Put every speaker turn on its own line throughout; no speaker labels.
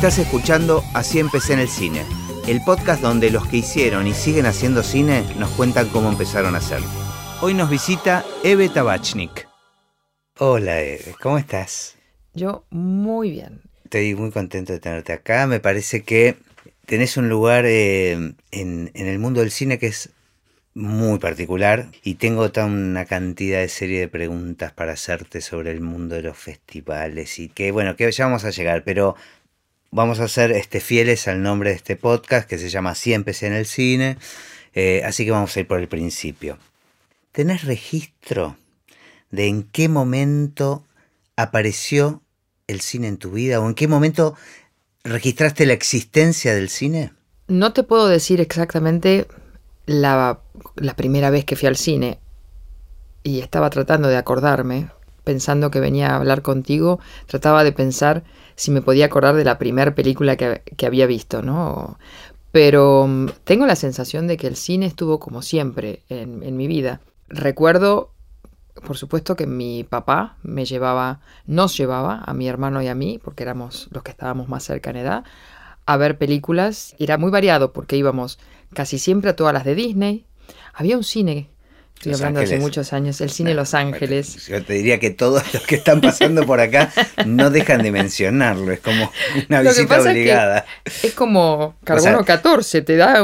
Estás escuchando Así empecé en el cine, el podcast donde los que hicieron y siguen haciendo cine nos cuentan cómo empezaron a hacerlo. Hoy nos visita Eve Tabachnik. Hola Eve, ¿cómo estás?
Yo muy bien.
Estoy muy contento de tenerte acá. Me parece que tenés un lugar en el mundo del cine que es muy particular y tengo toda una cantidad de serie de preguntas para hacerte sobre el mundo de los festivales y que bueno, que ya vamos a llegar, pero vamos a ser fieles al nombre de este podcast que se llama Así empecé en el cine, así que vamos a ir por el principio. ¿Tenés registro de en qué momento apareció el cine en tu vida o en qué momento registraste la existencia del cine?
No te puedo decir exactamente la primera vez que fui al cine y estaba tratando de acordarme, pensando que venía a hablar contigo, trataba de pensar si me podía acordar de la primera película que había visto, ¿no? Pero tengo la sensación de que el cine estuvo como siempre en mi vida. Recuerdo, por supuesto, que mi papá nos llevaba a mi hermano y a mí, porque éramos los que estábamos más cerca en edad, a ver películas. Era muy variado porque íbamos casi siempre a todas las de Disney. Había un cine, estoy hablando hace muchos años, el cine Los Ángeles.
Yo te diría que todos los que están pasando por acá no dejan de mencionarlo, es como una visita obligada.
Es como Carbono 14,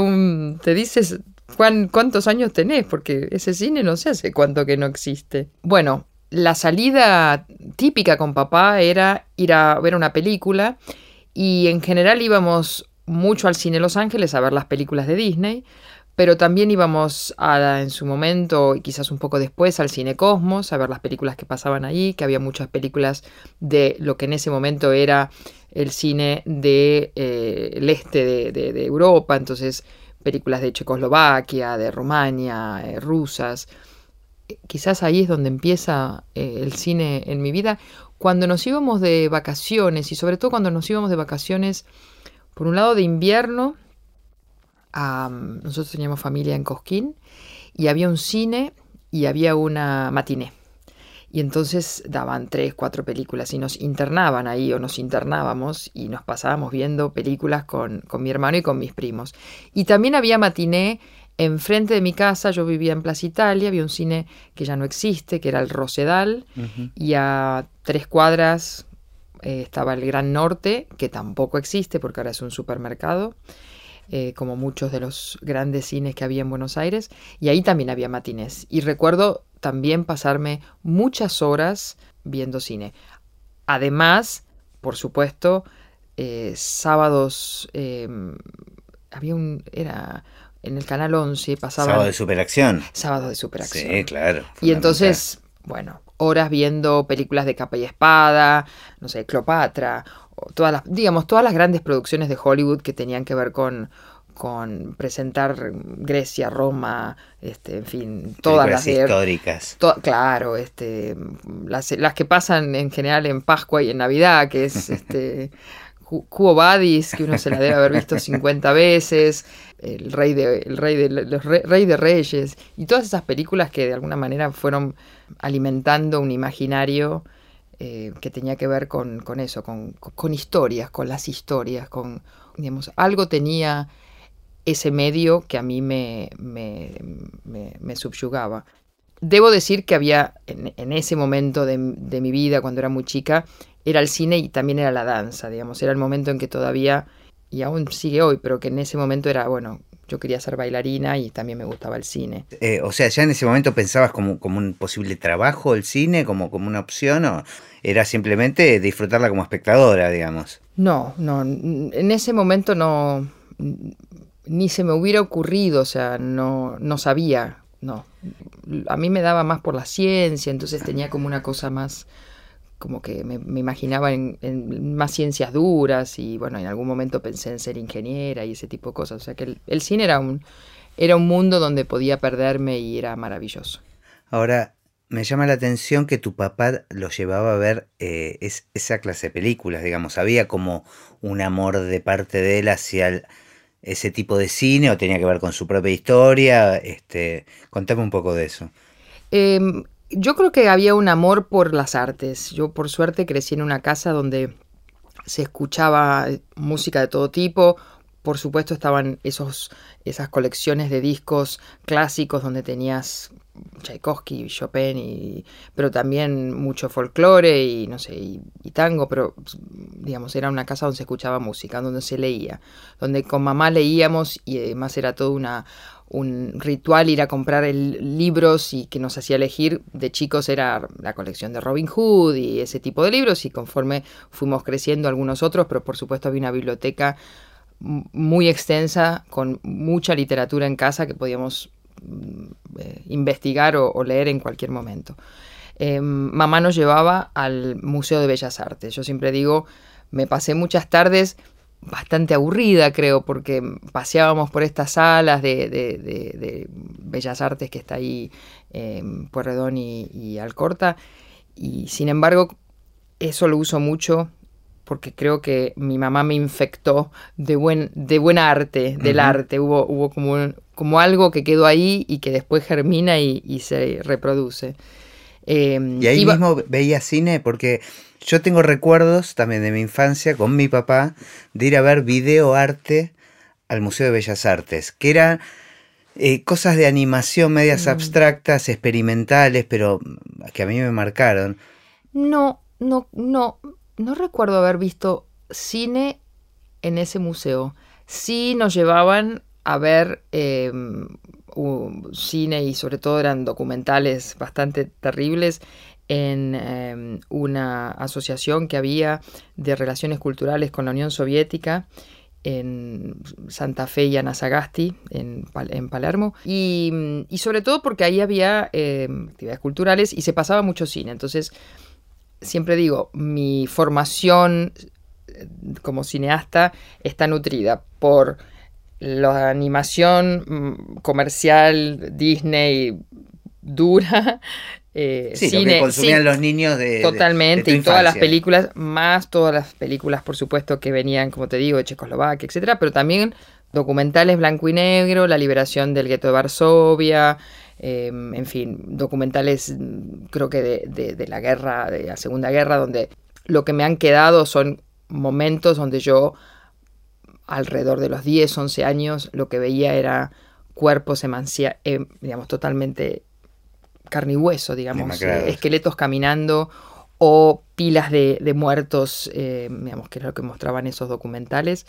te dices cuántos años tenés, porque ese cine no sé hace cuánto que no existe. Bueno, la salida típica con papá era ir a ver una película. Y en general íbamos mucho al cine Los Ángeles a ver las películas de Disney, pero también íbamos en su momento, y quizás un poco después, al cine Cosmos a ver las películas que pasaban ahí, que había muchas películas de lo que en ese momento era el cine del este de Europa, entonces películas de Checoslovaquia, de Rumania, rusas. Quizás ahí es donde empieza el cine en mi vida. Cuando nos íbamos de vacaciones, y sobre todo cuando nos íbamos de vacaciones, por un lado de invierno, nosotros teníamos familia en Cosquín, y había un cine y había una matiné. Y entonces daban 3, 4 películas y nos internaban ahí, o nos internábamos, y nos pasábamos viendo películas con mi hermano y con mis primos. Y también había matiné enfrente de mi casa. Yo vivía en Plaza Italia, había un cine que ya no existe, que era el Rosedal, y a 3 cuadras estaba el Gran Norte, que tampoco existe porque ahora es un supermercado, como muchos de los grandes cines que había en Buenos Aires, y ahí también había matinés. Y recuerdo también pasarme muchas horas viendo cine. Además, por supuesto, sábados, en el Canal 11 pasaban...
Sábado de Superacción.
Sábado de Superacción.
Sí, claro.
Y entonces, bueno, horas viendo películas de capa y espada, no sé, Cleopatra, o todas las grandes producciones de Hollywood que tenían que ver con presentar Grecia, Roma, en fin, todas las
históricas.
Claro, las que pasan en general en Pascua y en Navidad, que es Quo Vadis, que uno se la debe haber visto 50 veces, el rey de Reyes, y todas esas películas que de alguna manera fueron alimentando un imaginario que tenía que ver con eso, con historias, con las historias, digamos, algo tenía ese medio que a mí me subyugaba. Debo decir que había, en ese momento de mi vida, cuando era muy chica, era el cine y también era la danza, digamos. Era el momento en que todavía, y aún sigue hoy, pero que en ese momento era, bueno, yo quería ser bailarina y también me gustaba el cine.
O sea, ¿ya en ese momento pensabas como un posible trabajo el cine, como una opción, o era simplemente disfrutarla como espectadora, digamos?
No, en ese momento no, ni se me hubiera ocurrido, o sea, no sabía, no. A mí me daba más por la ciencia, entonces tenía como una cosa más, como que me imaginaba en más ciencias duras, y bueno, en algún momento pensé en ser ingeniera y ese tipo de cosas. O sea que el cine era un mundo donde podía perderme y era maravilloso.
Ahora, me llama la atención que tu papá lo llevaba a ver esa clase de películas, digamos. ¿Había como un amor de parte de él hacia ese tipo de cine o tenía que ver con su propia historia? Contame un poco de eso.
Yo creo que había un amor por las artes. Yo, por suerte, crecí en una casa donde se escuchaba música de todo tipo. Por supuesto estaban esas colecciones de discos clásicos donde tenías Tchaikovsky, Chopin, pero también mucho folclore y no sé, y tango, pero digamos era una casa donde se escuchaba música, donde se leía, donde con mamá leíamos y además era todo un ritual ir a comprar libros y que nos hacía elegir. De chicos era la colección de Robin Hood y ese tipo de libros, y conforme fuimos creciendo algunos otros, pero por supuesto había una biblioteca muy extensa con mucha literatura en casa que podíamos investigar o leer en cualquier momento. Mamá nos llevaba al Museo de Bellas Artes. Yo siempre digo, me pasé muchas tardes bastante aburrida, creo, porque paseábamos por estas salas de Bellas Artes que está ahí en Pueyrredón y Alcorta, y sin embargo eso lo uso mucho porque creo que mi mamá me infectó de buen arte, del arte. Hubo como algo que quedó ahí y que después germina y se reproduce.
¿Y ahí mismo veía cine? Porque yo tengo recuerdos también de mi infancia con mi papá de ir a ver videoarte al Museo de Bellas Artes, que eran cosas de animación medias abstractas, experimentales, pero que a mí me marcaron.
No recuerdo haber visto cine en ese museo. Sí nos llevaban a ver cine, y sobre todo eran documentales bastante terribles en una asociación que había de relaciones culturales con la Unión Soviética en Santa Fe y Anasagasti, en Palermo, y sobre todo porque ahí había actividades culturales y se pasaba mucho cine. Entonces, siempre digo, mi formación como cineasta está nutrida por la animación comercial Disney dura,
sí,
cine,
lo que consumían los niños de
totalmente,
de
y todas las
infancia.
películas, más todas las películas, por supuesto, que venían, como te digo, de Checoslovaquia, etcétera, pero también documentales blanco y negro, la liberación del gueto de Varsovia, en fin, documentales, creo que de la guerra, de la Segunda Guerra, donde lo que me han quedado son momentos donde yo, alrededor de los 10, 11 años, lo que veía era cuerpos digamos, totalmente carne y hueso, digamos, esqueletos caminando o pilas de muertos, digamos, que es lo que mostraban esos documentales.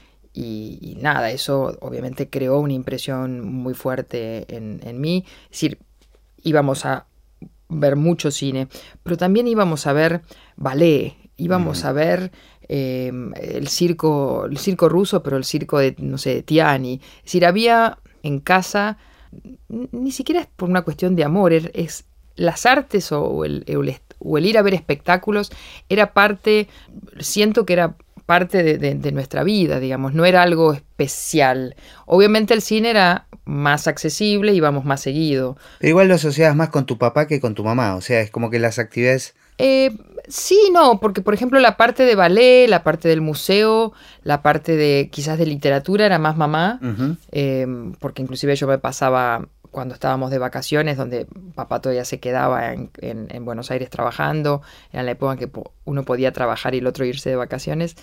Y nada, eso obviamente creó una impresión muy fuerte en mí. Es decir, íbamos a ver mucho cine, pero también íbamos a ver ballet, íbamos a ver el circo ruso, pero el circo de, no sé, de Tiani. Es decir, había en casa, ni siquiera es por una cuestión de amor, es las artes o el ir a ver espectáculos era parte, siento que era parte de nuestra vida, digamos, no era algo especial. Obviamente el cine era más accesible, íbamos más seguido.
Pero igual lo asociabas más con tu papá que con tu mamá, o sea, es como que las actividades...
Sí, no, porque por ejemplo la parte de ballet, la parte del museo, la parte de quizás de literatura era más mamá, porque inclusive yo me pasaba cuando estábamos de vacaciones, donde papá todavía se quedaba en Buenos Aires trabajando, era la época en que uno podía trabajar y el otro irse de vacaciones,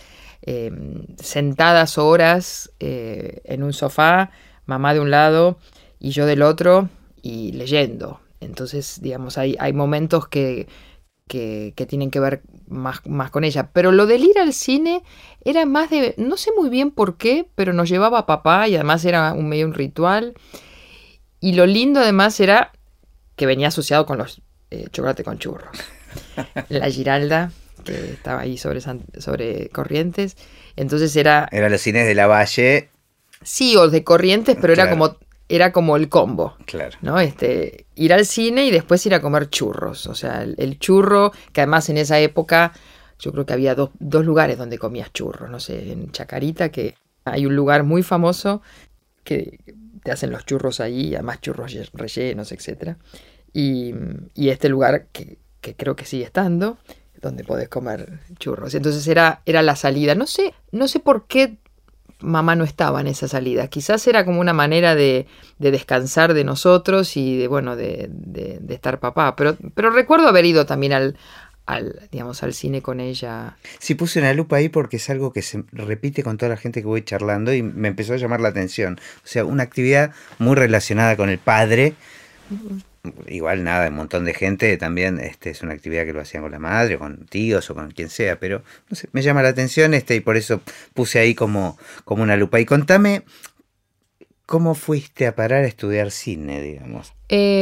sentadas horas en un sofá, mamá de un lado y yo del otro, y leyendo. Entonces, digamos, hay momentos que tienen que ver más con ella. Pero lo del ir al cine era más de, no sé muy bien por qué, pero nos llevaba papá y además era un ritual. Y lo lindo además era que venía asociado con los chocolate con churros. La Giralda, que estaba ahí sobre Corrientes. Entonces era...
Era los cines de Lavalle.
Sí, o de Corrientes, pero
claro.
era como el combo.
Claro.
¿No? Ir al cine y después ir a comer churros. O sea, el churro, que además en esa época yo creo que había dos lugares donde comías churros. No sé, en Chacarita, que hay un lugar muy famoso que te hacen los churros ahí, además churros rellenos, etc. Y este lugar que creo que sigue estando, donde podés comer churros. Entonces era la salida. No sé por qué mamá no estaba en esa salida. Quizás era como una manera de descansar de nosotros y de estar papá. Pero recuerdo haber ido también al al cine con ella.
Sí, puse una lupa ahí porque es algo que se repite con toda la gente que voy charlando y me empezó a llamar la atención. O sea, una actividad muy relacionada con el padre. Igual nada, un montón de gente también es una actividad que lo hacían con la madre, o con tíos o con quien sea, pero no sé, me llama la atención y por eso puse ahí como una lupa. Y contame, ¿cómo fuiste a parar a estudiar cine, digamos?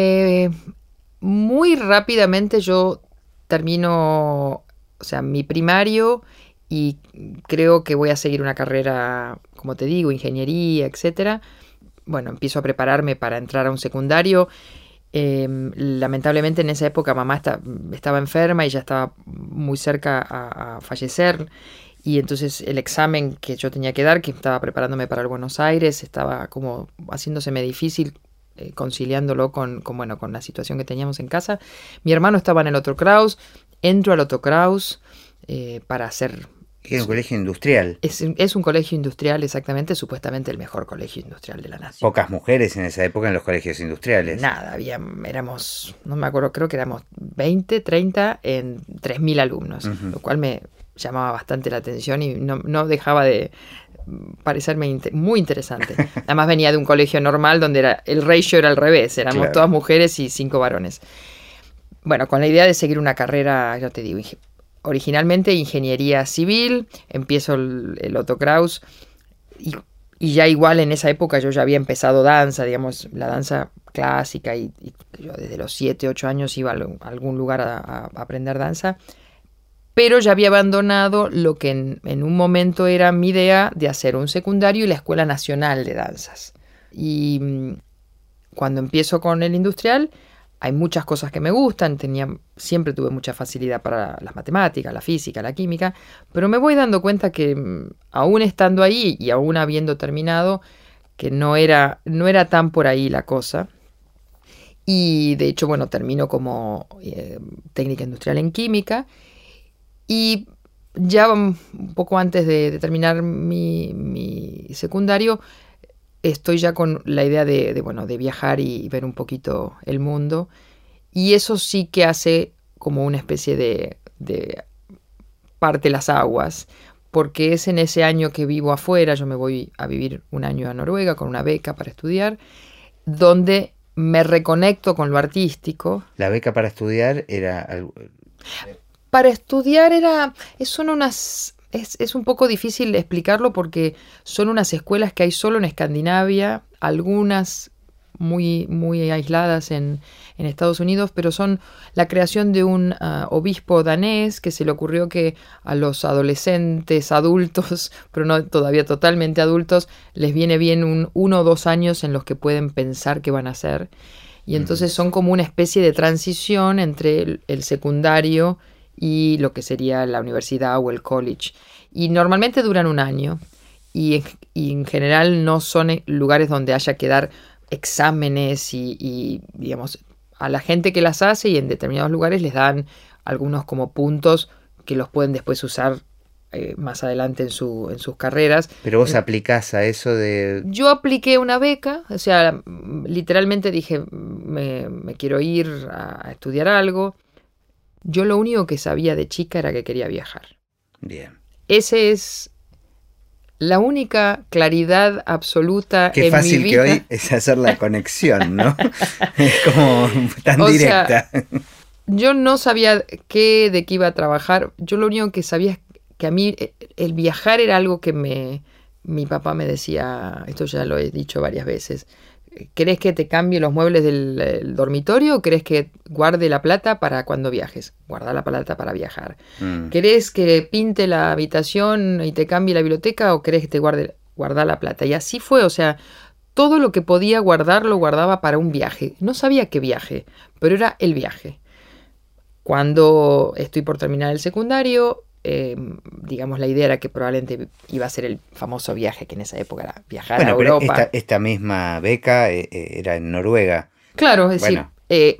Muy rápidamente yo termino, o sea, mi primario y creo que voy a seguir una carrera, como te digo, ingeniería, etcétera. Bueno, empiezo a prepararme para entrar a un secundario. Lamentablemente en esa época mamá estaba enferma y ya estaba muy cerca a fallecer, y entonces el examen que yo tenía que dar, que estaba preparándome para el Buenos Aires, estaba como haciéndoseme difícil, conciliándolo con la situación que teníamos en casa. Mi hermano estaba en el Otto Kraus, entro al Otto Kraus para hacer...
Es un colegio industrial.
Es un colegio industrial, exactamente, supuestamente el mejor colegio industrial de la nación.
Pocas mujeres en esa época en los colegios industriales.
Nada, éramos, no me acuerdo, creo que éramos 20, 30 en 3.000 alumnos, lo cual me llamaba bastante la atención y no dejaba de parecerme muy interesante. Además venía de un colegio normal donde el ratio era al revés, éramos todas mujeres y 5 varones. Bueno, con la idea de seguir una carrera, ya te digo, originalmente ingeniería civil, empiezo el Otto Kraus y ya igual en esa época yo ya había empezado danza, digamos, la danza clásica y yo desde los 7, 8 años iba a algún lugar a aprender danza, pero ya había abandonado lo que en un momento era mi idea de hacer un secundario y la Escuela Nacional de Danzas. Y cuando empiezo con el industrial, hay muchas cosas que me gustan, siempre tuve mucha facilidad para las matemáticas, la física, la química, pero me voy dando cuenta que aún estando ahí y aún habiendo terminado, que no era tan por ahí la cosa. Y de hecho, bueno, termino como técnica industrial en química y ya un poco antes de terminar mi secundario, estoy ya con la idea de viajar y ver un poquito el mundo. Y eso sí que hace como una especie de parte las aguas, porque es en ese año que vivo afuera, yo me voy a vivir un año a Noruega con una beca para estudiar, donde me reconecto con lo artístico.
¿La beca para estudiar era algo?
Para estudiar es un poco difícil explicarlo porque son unas escuelas que hay solo en Escandinavia, algunas muy, muy aisladas en Estados Unidos, pero son la creación de un obispo danés que se le ocurrió que a los adolescentes, adultos, pero no todavía totalmente adultos, les viene bien 1 o 2 años en los que pueden pensar qué van a hacer. Y entonces son como una especie de transición entre el secundario y lo que sería la universidad o el college. Y normalmente duran 1 año y en general no son lugares donde haya que dar exámenes y digamos, a la gente que las hace y en determinados lugares les dan algunos como puntos que los pueden después usar más adelante en sus carreras.
Pero vos aplicás a eso de...
Yo apliqué una beca, o sea, literalmente dije, me quiero ir a estudiar algo. Yo lo único que sabía de chica era que quería viajar.
Bien.
Ese es la única claridad absoluta
Qué
en mi vida.
Qué fácil que hoy es hacer la conexión, ¿no? Es como tan directa.
Sea, yo no sabía de qué iba a trabajar. Yo lo único que sabía es que a mí el viajar era algo que mi papá me decía, esto ya lo he dicho varias veces, ¿querés que te cambie los muebles del dormitorio o querés que guarde la plata para cuando viajes? Guarda la plata para viajar. ¿Querés que pinte la habitación y te cambie la biblioteca o querés que te guarda la plata? Y así fue, o sea, todo lo que podía guardar lo guardaba para un viaje. No sabía qué viaje, pero era el viaje. Cuando estoy por terminar el secundario, digamos, la idea era que probablemente iba a ser el famoso viaje que en esa época era viajar a Europa.
Pero esta misma beca era en Noruega.
Claro, es decir,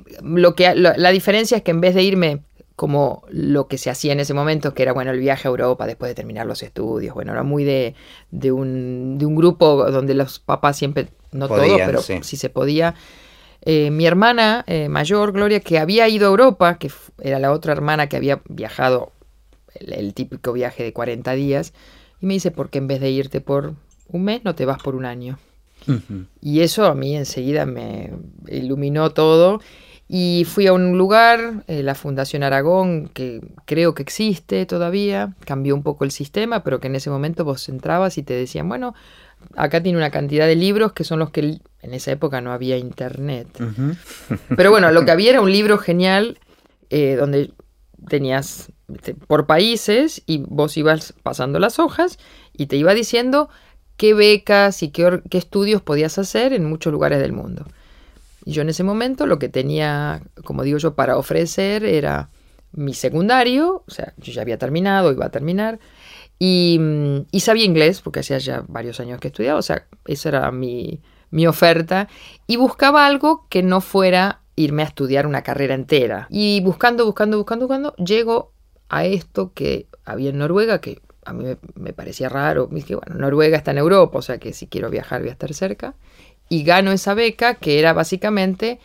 la diferencia es que en vez de irme como lo que se hacía en ese momento, que era bueno el viaje a Europa después de terminar los estudios, bueno, era muy de un grupo donde los papás siempre, no podían, todos, pero sí se podía. Mi hermana mayor, Gloria, que había ido a Europa, que era la otra hermana que había viajado el típico viaje de 40 días, y me dice, ¿por qué en vez de irte por un mes no te vas por un año? Uh-huh. Y eso a mí enseguida me iluminó todo. Y fui a un lugar, la Fundación Aragón, que creo que existe todavía, cambió un poco el sistema, pero que en ese momento vos entrabas y te decían, bueno, acá tiene una cantidad de libros que son los que en esa época no había internet. Uh-huh. Pero bueno, lo que había era un libro genial donde tenías por países y vos ibas pasando las hojas y te iba diciendo qué becas y qué estudios podías hacer en muchos lugares del mundo. Y yo en ese momento lo que tenía, como digo yo, para ofrecer era mi secundario, o sea, yo ya había terminado, iba a terminar, y sabía inglés, porque hacía ya varios años que estudiaba, o sea, esa era mi oferta, y buscaba algo que no fuera irme a estudiar una carrera entera. Y buscando, llego a esto que había en Noruega, que a mí me parecía raro. Dije, bueno, Noruega está en Europa, o sea que si quiero viajar voy a estar cerca. Y gano esa beca que era básicamente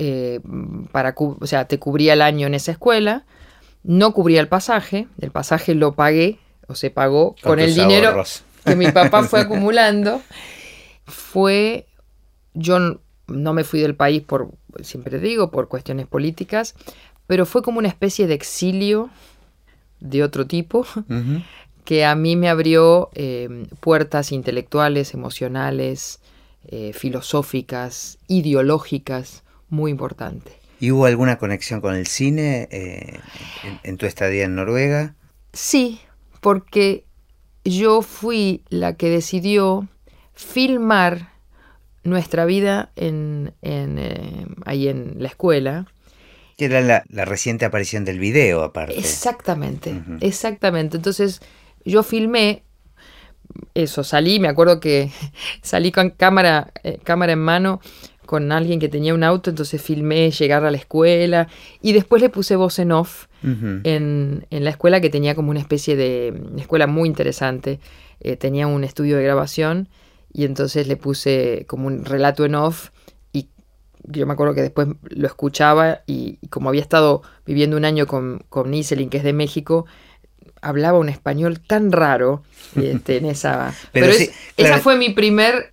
o sea, te cubría el año en esa escuela, no cubría el pasaje lo pagué, o se pagó con el dinero ahorros que mi papá fue acumulando. Yo no me fui del país siempre digo, por cuestiones políticas, pero fue como una especie de exilio de otro tipo, uh-huh, que a mí me abrió puertas intelectuales, emocionales, filosóficas, ideológicas, muy importante.
¿Y hubo alguna conexión con el cine en tu estadía en Noruega?
Sí, porque yo fui la que decidió filmar nuestra vida ahí en la escuela.
Que era la reciente aparición del video, aparte.
Exactamente, uh-huh, exactamente. Entonces yo filmé eso, me acuerdo que salí con cámara en mano con alguien que tenía un auto, entonces filmé llegar a la escuela y después le puse voz en off, uh-huh, en la escuela, que tenía como una especie de escuela muy interesante, tenía un estudio de grabación y entonces le puse como un relato en off y yo me acuerdo que después lo escuchaba y como había estado viviendo un año con Iselin, que es de México, hablaba un español tan raro en esa... Pero sí, claro, esa fue mi primer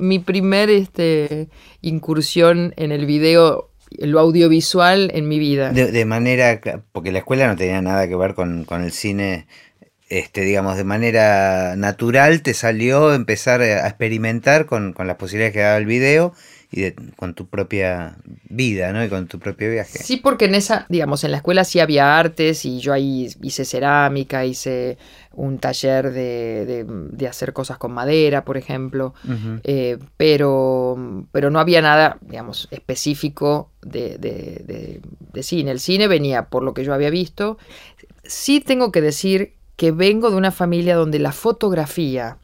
incursión en el video, lo audiovisual en mi vida.
De manera... Porque la escuela no tenía nada que ver con el cine, digamos, de manera natural te salió empezar a experimentar con las posibilidades que daba el video y con tu propia vida, ¿no? Y con tu propio viaje.
Sí, porque en la escuela sí había artes y yo ahí hice cerámica, hice un taller de hacer cosas con madera, por ejemplo, uh-huh, pero no había nada, digamos, específico de cine. El cine venía por lo que yo había visto. Sí tengo que decir que vengo de una familia donde la fotografía...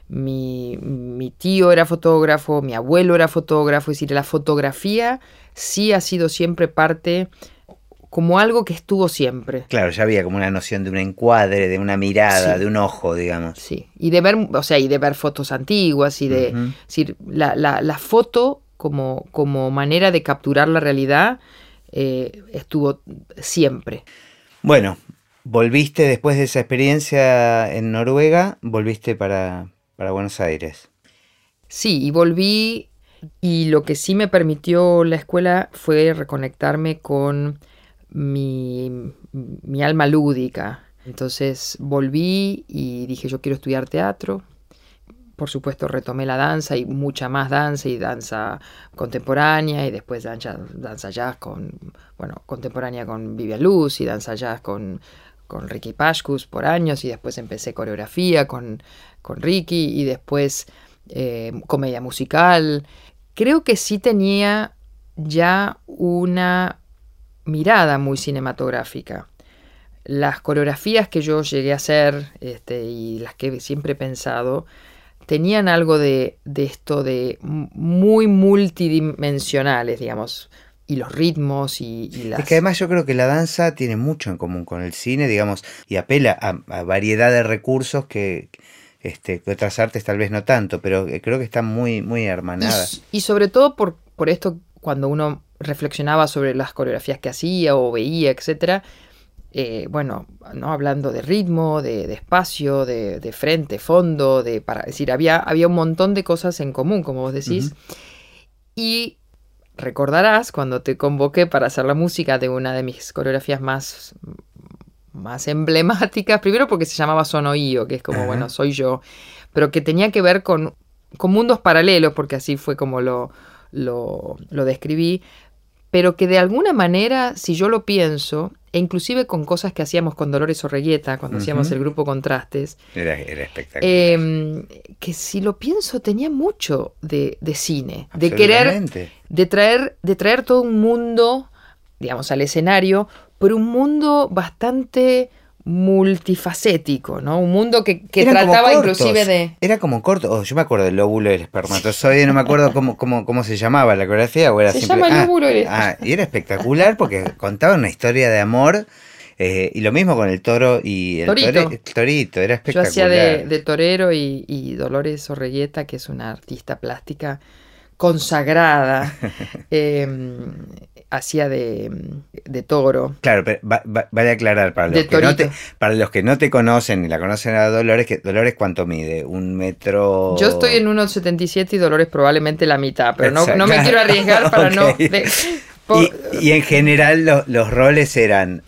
Mi tío era fotógrafo, mi abuelo era fotógrafo, es decir, la fotografía sí ha sido siempre parte, como algo que estuvo siempre.
Claro, ya había como una noción de un encuadre, de una mirada, sí, de un ojo, digamos.
Sí, y de ver fotos antiguas y de, uh-huh, es decir, la foto como manera de capturar la realidad estuvo siempre.
Bueno, volviste después de esa experiencia en Noruega, volviste para Buenos Aires.
Sí, y volví, y lo que sí me permitió la escuela fue reconectarme con mi alma lúdica. Entonces volví y dije, yo quiero estudiar teatro. Por supuesto retomé la danza y mucha más danza y danza contemporánea y después danza jazz contemporánea con Vivian Luz y danza jazz con Ricky Pashkus por años y después empecé coreografía con Ricky y después comedia musical. Creo que sí tenía ya una mirada muy cinematográfica. Las coreografías que yo llegué a hacer y las que siempre he pensado tenían algo de esto de muy multidimensionales, digamos, y los ritmos y las...
Es que además yo creo que la danza tiene mucho en común con el cine, digamos, y apela a variedad de recursos que otras artes tal vez no tanto, pero creo que están muy, muy hermanadas.
Y sobre todo por esto, cuando uno reflexionaba sobre las coreografías que hacía o veía, etcétera. Bueno, ¿no? Hablando de ritmo, de espacio, de frente, fondo, es decir, había un montón de cosas en común, como vos decís. Uh-huh. Y recordarás cuando te convoqué para hacer la música de una de mis coreografías más emblemáticas, primero porque se llamaba Sonoío, que es como, uh-huh, bueno, soy yo, pero que tenía que ver con mundos paralelos, porque así fue como lo describí, pero que de alguna manera, si yo lo pienso, e inclusive con cosas que hacíamos con Dolores Orreguieta, cuando, uh-huh, hacíamos el grupo Contrastes,
era espectacular,
que si lo pienso tenía mucho de cine, de querer, de traer todo un mundo, digamos, al escenario, pero un mundo bastante multifacético, ¿no? Un mundo que trataba inclusive de...
Era como corto. Yo me acuerdo del óvulo y el espermatozoide, no me acuerdo cómo se llamaba la coreografía, o era
se llama el óvulo y
y era espectacular porque contaba una historia de amor, y lo mismo con el toro y el torito, era espectacular.
Yo hacía de torero y Dolores Orreguieta, que es una artista plástica consagrada, hacía de toro.
Claro, pero vale aclarar para los que no te conocen ni la conocen a Dolores, que Dolores, ¿cuánto mide? ¿1 metro?
Yo estoy en 1,77 y Dolores probablemente la mitad, pero no me quiero arriesgar para okay.
Y en general los roles eran,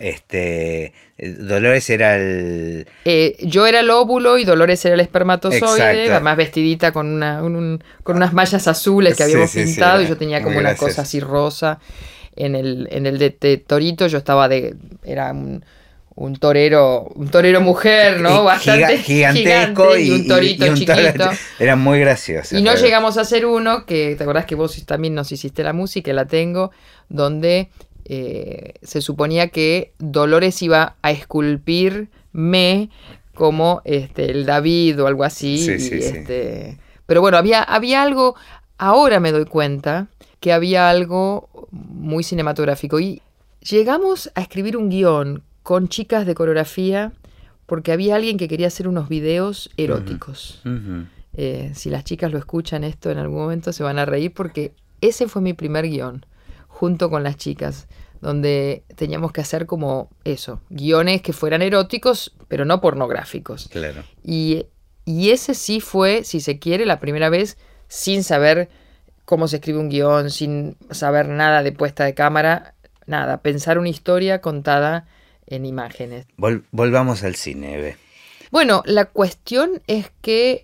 Dolores era el...
yo era el óvulo y Dolores era el espermatozoide, además vestidita con unas mallas azules que habíamos pintado, y yo tenía como una cosa así rosa. En el de Torito yo estaba era un torero mujer, ¿no? Bastante
gigantesco
y un torito chiquito.
Era muy gracioso.
Y no llegamos a hacer uno, que te acordás que vos también nos hiciste la música, la tengo, donde se suponía que Dolores iba a esculpirme como el David o algo así.
Sí.
Pero bueno, había algo, ahora me doy cuenta que había algo muy cinematográfico. Y llegamos a escribir un guión con chicas de coreografía porque había alguien que quería hacer unos videos eróticos. Uh-huh. Si las chicas lo escuchan esto en algún momento se van a reír, porque ese fue mi primer guión, junto con las chicas, donde teníamos que hacer como eso, guiones que fueran eróticos, pero no pornográficos.
Claro.
Y ese sí fue, si se quiere, la primera vez sin saber cómo se escribe un guión, sin saber nada de puesta de cámara, nada, pensar una historia contada en imágenes.
Volvamos al cine, Eve.
Bueno, la cuestión es que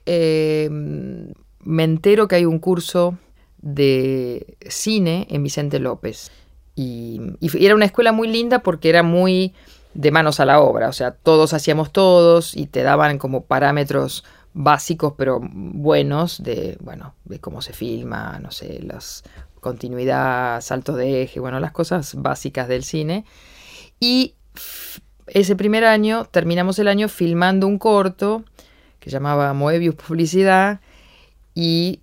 me entero que hay un curso de cine en Vicente López. Y era una escuela muy linda porque era muy de manos a la obra. O sea, todos hacíamos todos y te daban como parámetros básicos pero buenos de cómo se filma, no sé, las continuidad, saltos de eje, las cosas básicas del cine. Y ese primer año, terminamos el año filmando un corto que llamaba Moebius Publicidad, y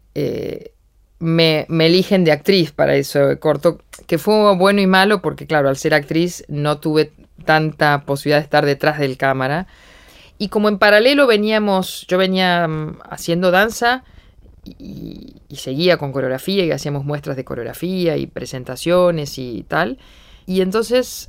me eligen de actriz para ese corto, que fue bueno y malo porque, claro, al ser actriz no tuve tanta posibilidad de estar detrás del cámara. Y como en paralelo yo venía haciendo danza y seguía con coreografía, y hacíamos muestras de coreografía y presentaciones y tal. Y entonces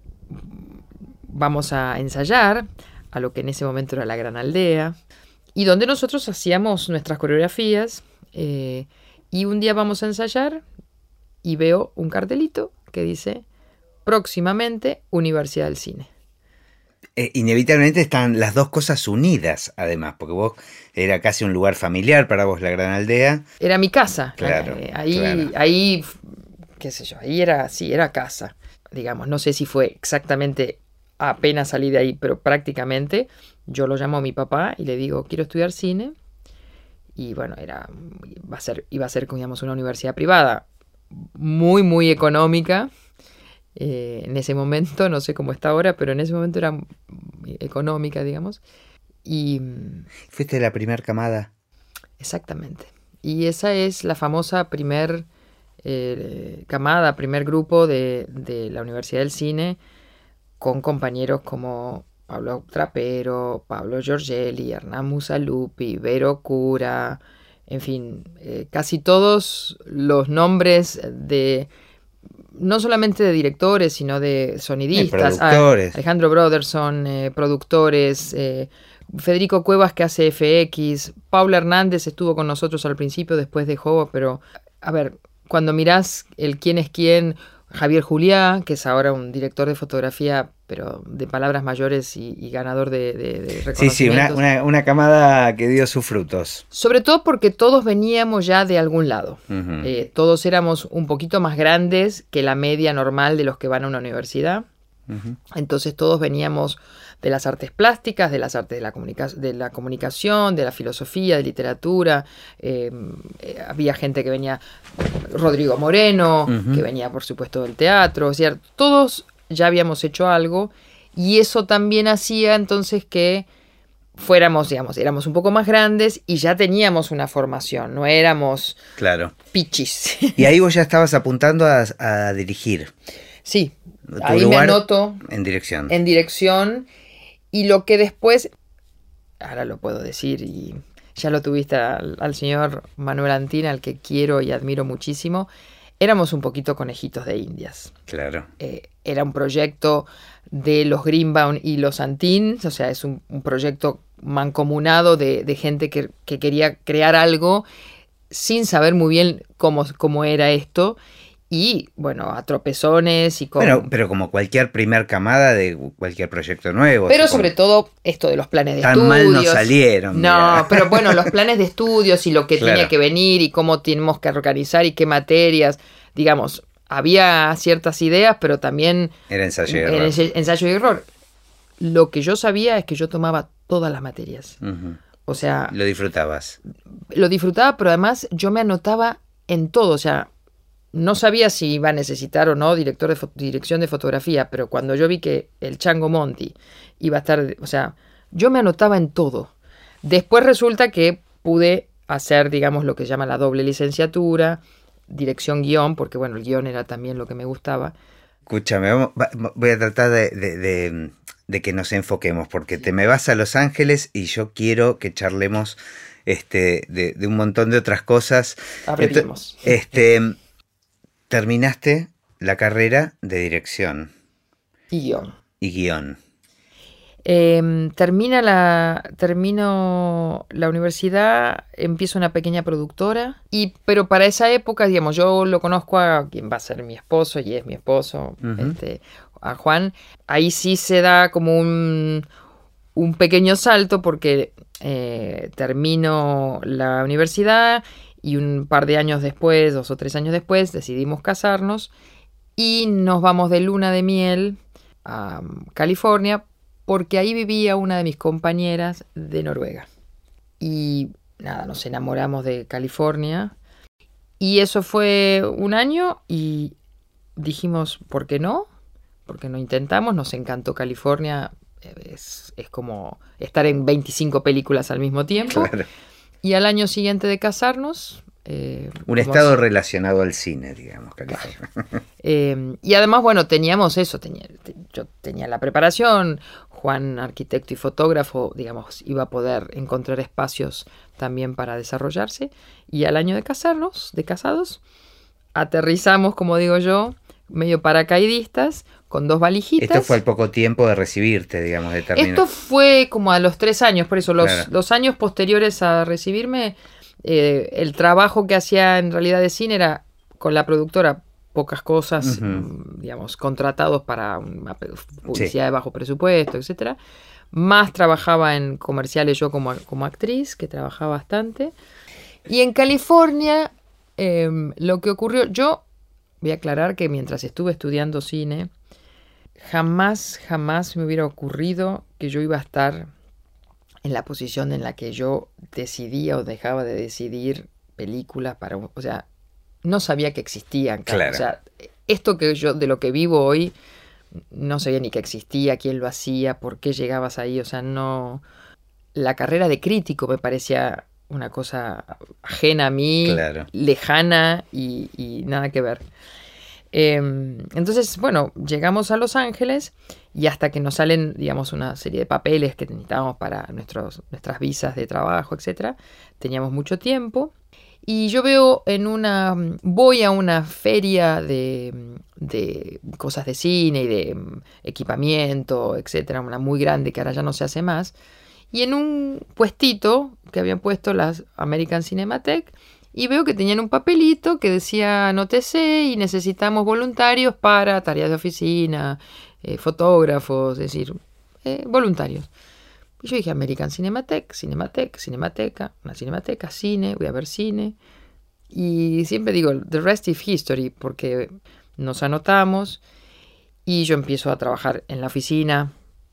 vamos a ensayar a lo que en ese momento era la Gran Aldea, y donde nosotros hacíamos nuestras coreografías. Y un día vamos a ensayar y veo un cartelito que dice próximamente Universidad del Cine.
Inevitablemente están las dos cosas unidas, además, porque vos era casi un lugar familiar para vos, la Gran Aldea.
Era mi casa.
Claro.
Ahí, qué sé yo, ahí era casa. Digamos, no sé si fue exactamente apenas salí de ahí, pero prácticamente yo lo llamo a mi papá y le digo, quiero estudiar cine. Y bueno, iba a ser, digamos, una universidad privada muy, muy económica. En ese momento, no sé cómo está ahora, pero en ese momento era económica, digamos. Y
¿fuiste la primer camada?
Exactamente. Y esa es la famosa primer camada, primer grupo de la Universidad del Cine, con compañeros como Pablo Trapero, Pablo Giorgelli, Hernán Musalupi, Vero Cura, en fin, casi todos los nombres de no solamente de directores, sino de sonidistas.
Productores.
Alejandro Broderson, productores, Federico Cuevas, que hace FX, Paula Hernández estuvo con nosotros al principio, después dejó, pero a ver, cuando mirás el quién es quién, Javier Juliá, que es ahora un director de fotografía, pero de palabras mayores y ganador de reconocimientos.
Sí, una camada que dio sus frutos.
Sobre todo porque todos veníamos ya de algún lado.
Uh-huh.
Todos éramos un poquito más grandes que la media normal de los que van a una universidad. Uh-huh. Entonces todos veníamos de las artes plásticas, de las artes de la comunicación, de la filosofía, de literatura. Había gente que venía, Rodrigo Moreno, uh-huh, que venía por supuesto del teatro. O sea, todos ya habíamos hecho algo y eso también hacía entonces que fuéramos, digamos, éramos un poco más grandes y ya teníamos una formación, no éramos pichis.
Y ahí vos ya estabas apuntando a dirigir.
Sí, ahí me anoto
en dirección.
En dirección. Y lo que después, ahora lo puedo decir y ya lo tuviste al señor Manuel Antina, al que quiero y admiro muchísimo, éramos un poquito conejitos de indias.
Claro.
Era un proyecto de los Greenbaum y los Antin, o sea, es un proyecto mancomunado de gente que quería crear algo sin saber muy bien cómo era esto. Y, bueno, a tropezones y con...
Bueno, pero como cualquier primer camada de cualquier proyecto nuevo.
Pero sobre todo esto de los planes de estudios.
Tan mal no salieron.
No, mira. Pero bueno, los planes de estudios y lo que tenía que venir y cómo tenemos que organizar y qué materias. Digamos, había ciertas ideas, pero también...
Era ensayo y error.
Ensayo y error. Lo que yo sabía es que yo tomaba todas las materias.
Uh-huh.
O sea...
Lo disfrutabas.
Lo disfrutaba, pero además yo me anotaba en todo, o sea... No sabía si iba a necesitar o no dirección de fotografía, pero cuando yo vi que el Chango Monti iba a estar... O sea, yo me anotaba en todo. Después resulta que pude hacer, digamos, lo que se llama la doble licenciatura, dirección guión, porque, bueno, el guión era también lo que me gustaba.
Escúchame, voy a tratar de que nos enfoquemos, porque te me vas a Los Ángeles y yo quiero que charlemos de un montón de otras cosas.
Abreviemos.
Terminaste la carrera de dirección.
Y guión. Termino la universidad, empiezo una pequeña productora, pero para esa época, digamos, yo lo conozco a quien va a ser mi esposo y es mi esposo, uh-huh, a Juan. Ahí sí se da como un pequeño salto porque termino la universidad. Y un par de años después, 2 o 3 años después, decidimos casarnos y nos vamos de luna de miel a California porque ahí vivía una de mis compañeras de Noruega. Y nada, nos enamoramos de California y eso fue un año y dijimos, ¿por qué no? ¿Por qué no intentamos? Nos encantó California, es como estar en 25 películas al mismo tiempo. Claro. Y al año siguiente de casarnos...
un estado relacionado al cine, digamos.
Y además, bueno, teníamos eso. Yo tenía la preparación. Juan, arquitecto y fotógrafo, digamos, iba a poder encontrar espacios también para desarrollarse. Y al año de casados, aterrizamos, como digo yo, medio paracaidistas, con 2 valijitas.
Esto fue al poco tiempo de recibirte, digamos, de terminar.
Esto fue como a los 3 años, por eso los años posteriores a recibirme, el trabajo que hacía en realidad de cine era con la productora, pocas cosas, uh-huh, digamos, contratados para una publicidad de bajo presupuesto, etcétera. Más trabajaba en comerciales yo como actriz, que trabajaba bastante. Y en California, lo que ocurrió, yo voy a aclarar que mientras estuve estudiando cine, jamás me hubiera ocurrido que yo iba a estar en la posición en la que yo decidía o dejaba de decidir películas para... O sea, no sabía que existían.
Claro.
O sea, esto que yo de lo que vivo hoy, no sabía ni que existía, quién lo hacía, por qué llegabas ahí. O sea, no... La carrera de crítico me parecía una cosa ajena a mí,
claro,
lejana y nada que ver. Entonces, bueno, llegamos a Los Ángeles y hasta que nos salen, digamos, una serie de papeles que necesitábamos para nuestras visas de trabajo, etcétera, teníamos mucho tiempo Y yo voy a una feria de cosas de cine y de equipamiento, etcétera, una muy grande que ahora ya no se hace más. Y en un puestito que habían puesto las American Cinematheque, y veo que tenían un papelito que decía anótese y necesitamos voluntarios para tareas de oficina, fotógrafos, es decir, voluntarios. Y yo dije American Cinematheque, Cinemateca, una cinemateca, cine, voy a ver cine. Y siempre digo, the rest is history, porque nos anotamos y yo empiezo a trabajar en la oficina,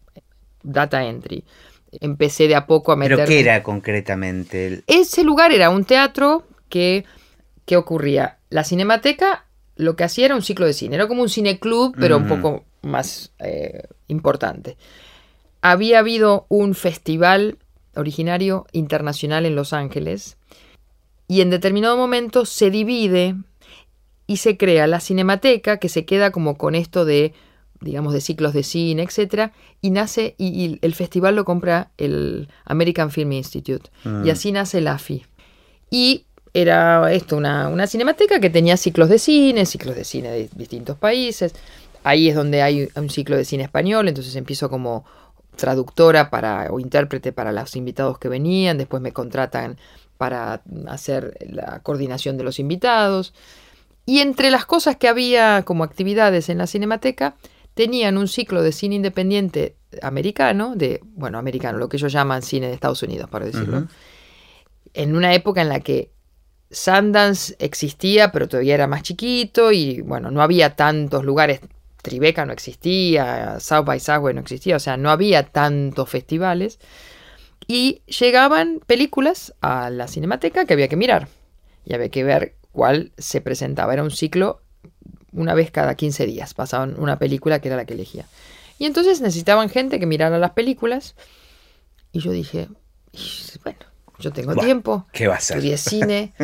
data entry. Empecé de a poco a meter...
¿Pero qué era concretamente?
Ese lugar era un teatro que ocurría. La Cinemateca lo que hacía era un ciclo de cine. Era como un cineclub, pero un poco más importante. Había habido un festival originario internacional en Los Ángeles y en determinado momento se divide y se crea la Cinemateca, que se queda como con esto de, digamos, de ciclos de cine, etcétera, y nace, y el festival lo compra el American Film Institute, y así nace el AFI. Y era esto, una cinemateca que tenía ciclos de cine de distintos países. Ahí es donde hay un ciclo de cine español, entonces empiezo como traductora o intérprete para los invitados que venían, después me contratan para hacer la coordinación de los invitados. Y entre las cosas que había como actividades en la Cinemateca, tenían un ciclo de cine independiente americano, americano, lo que ellos llaman cine de Estados Unidos, para decirlo, en una época en la que Sundance existía, pero todavía era más chiquito y, bueno, no había tantos lugares. Tribeca no existía, South by Southwest no existía, o sea, no había tantos festivales. Y llegaban películas a la Cinemateca que había que mirar y había que ver cuál se presentaba. Era un ciclo una vez cada 15 días, pasaban una película que era la que elegía. Y entonces necesitaban gente que mirara las películas y yo dije, bueno, yo tengo tiempo,
¿qué va a hacer?
Estudié cine.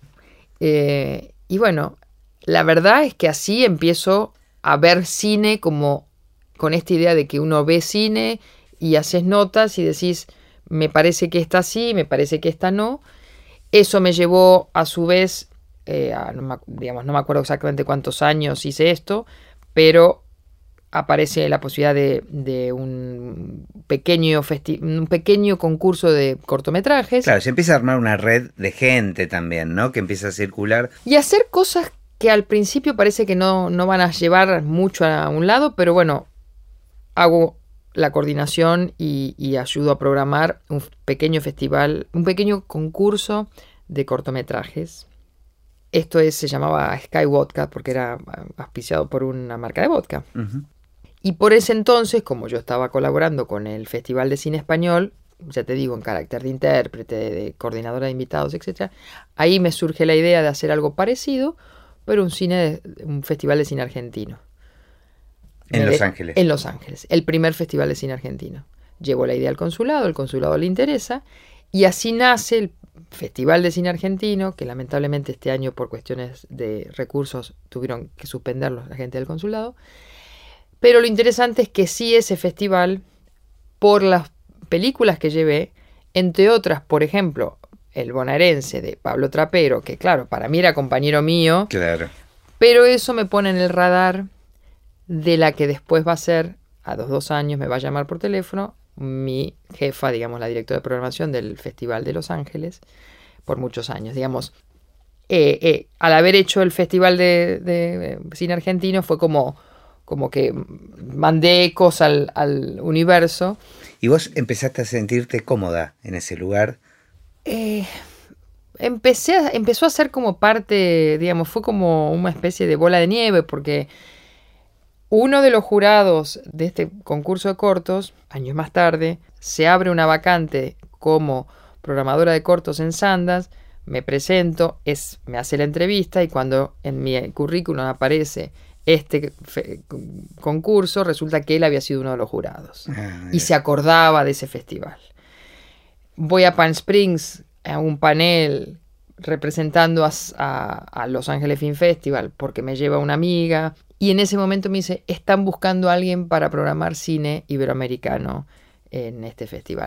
Y bueno, la verdad es que así empiezo a ver cine como con esta idea de que uno ve cine y haces notas y decís, me parece que esta sí, me parece que esta no. Eso me llevó a su vez, no me acuerdo exactamente cuántos años hice esto, pero aparece la posibilidad de un pequeño concurso de cortometrajes.
Claro, se empieza a armar una red de gente también, ¿no? Que empieza a circular.
Y hacer cosas que al principio parece que no van a llevar mucho a un lado, pero bueno, hago la coordinación y ayudo a programar un pequeño festival, un pequeño concurso de cortometrajes. Esto se llamaba Sky Vodka porque era auspiciado por una marca de vodka. Uh-huh. Y por ese entonces, como yo estaba colaborando con el Festival de Cine Español, ya te digo, en carácter de intérprete, de coordinadora de invitados, etc., ahí me surge la idea de hacer algo parecido, pero un festival de cine argentino.
En Los Ángeles.
En Los Ángeles, el primer festival de cine argentino. Llevo la idea al consulado, el consulado le interesa, y así nace el Festival de Cine Argentino, que lamentablemente este año por cuestiones de recursos tuvieron que suspenderlo la gente del consulado. Pero lo interesante es que sí ese festival, por las películas que llevé, entre otras, por ejemplo, El bonaerense de Pablo Trapero, que claro, para mí era compañero mío,
claro,
pero eso me pone en el radar de la que después va a ser, a los 2 años me va a llamar por teléfono, mi jefa, digamos, la directora de programación del Festival de Los Ángeles, por muchos años, digamos. Al haber hecho el Festival de Cine Argentino fue como que mandé ecos al universo.
¿Y vos empezaste a sentirte cómoda en ese lugar?
Empezó a ser como parte, digamos, fue como una especie de bola de nieve, porque uno de los jurados de este concurso de cortos, años más tarde, se abre una vacante como programadora de cortos en Sundance, me presento, me hace la entrevista y cuando en mi currículum aparece este concurso, resulta que él había sido uno de los jurados y se acordaba de ese festival. Voy a Palm Springs a un panel representando a Los Ángeles Film Festival porque me lleva una amiga y en ese momento me dice, están buscando a alguien para programar cine iberoamericano en este festival.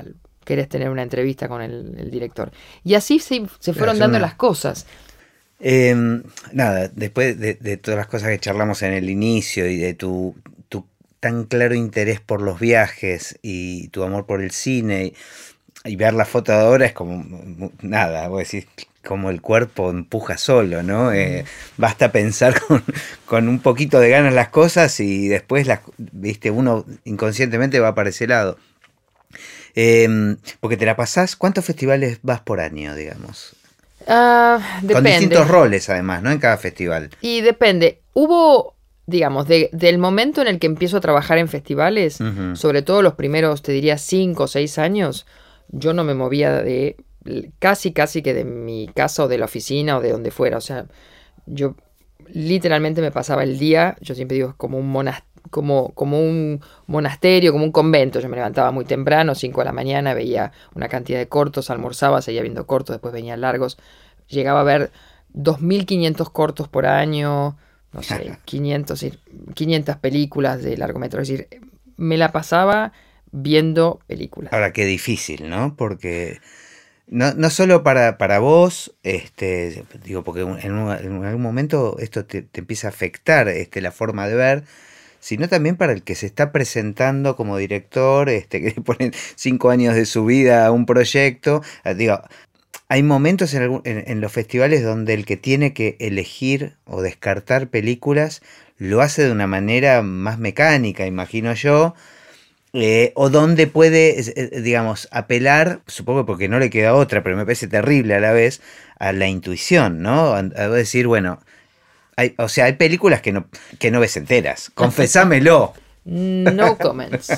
querés tener una entrevista con el director. Y así se fueron dando las cosas.
Nada, después de todas las cosas que charlamos en el inicio y de tu tan claro interés por los viajes y tu amor por el cine y ver la foto de ahora es como nada, vos decís como el cuerpo empuja solo, ¿no? Basta pensar con un poquito de ganas las cosas y después viste, uno inconscientemente va para ese lado. Porque te la pasás, ¿cuántos festivales vas por año, digamos?
Depende.
Con distintos roles, además, ¿no? En cada festival.
Y depende. Hubo, digamos, del momento en el que empiezo a trabajar en festivales, sobre todo los primeros, te diría, 5 o 6 años, yo no me movía de casi que de mi casa o de la oficina o de donde fuera. O sea, yo literalmente me pasaba el día, yo siempre digo, como un monasterio, como un convento. Yo me levantaba muy temprano, 5 de la mañana, veía una cantidad de cortos, almorzaba, seguía viendo cortos, después venían largos. Llegaba a ver 2.500 cortos por año, no sé, 500 películas de largometraje. Es decir, me la pasaba viendo películas.
Ahora, qué difícil, ¿no? Porque no solo para vos, digo, porque en algún momento esto te empieza a afectar la forma de ver, sino también para el que se está presentando como director, que le ponen 5 años de su vida a un proyecto. Digo, hay momentos en los festivales donde el que tiene que elegir o descartar películas lo hace de una manera más mecánica, imagino yo, o donde puede, digamos, apelar, supongo porque no le queda otra, pero me parece terrible a la vez, a la intuición, ¿no? A decir, bueno, hay películas que no ves enteras, confesámelo.
No comments.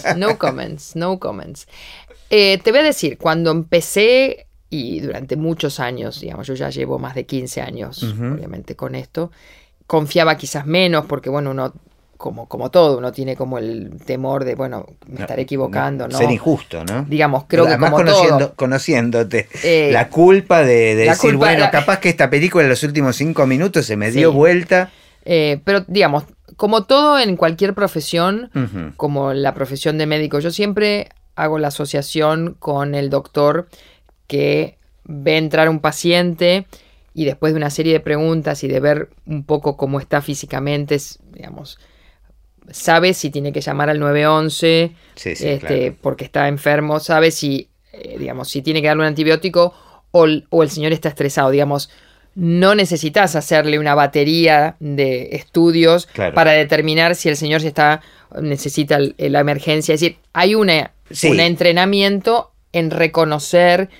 Te voy a decir, cuando empecé, y durante muchos años, digamos, yo ya llevo más de 15 años, obviamente, con esto, confiaba quizás menos, porque bueno, uno, como todo, uno tiene como el temor de, bueno, me estaré equivocando, ¿no?
Ser injusto, ¿no?
Digamos, creo
además,
que como
conociéndote, la culpa de decir, bueno, capaz que esta película en los últimos 5 minutos se me dio vuelta.
Pero, digamos, como todo en cualquier profesión, como la profesión de médico, yo siempre hago la asociación con el doctor que ve entrar un paciente y después de una serie de preguntas y de ver un poco cómo está físicamente, digamos, sabe si tiene que llamar al 911 claro, porque está enfermo, sabe si, digamos, si tiene que darle un antibiótico o el señor está estresado, digamos. No necesitas hacerle una batería de estudios para determinar si el señor necesita la emergencia. Es decir, hay un entrenamiento en reconocer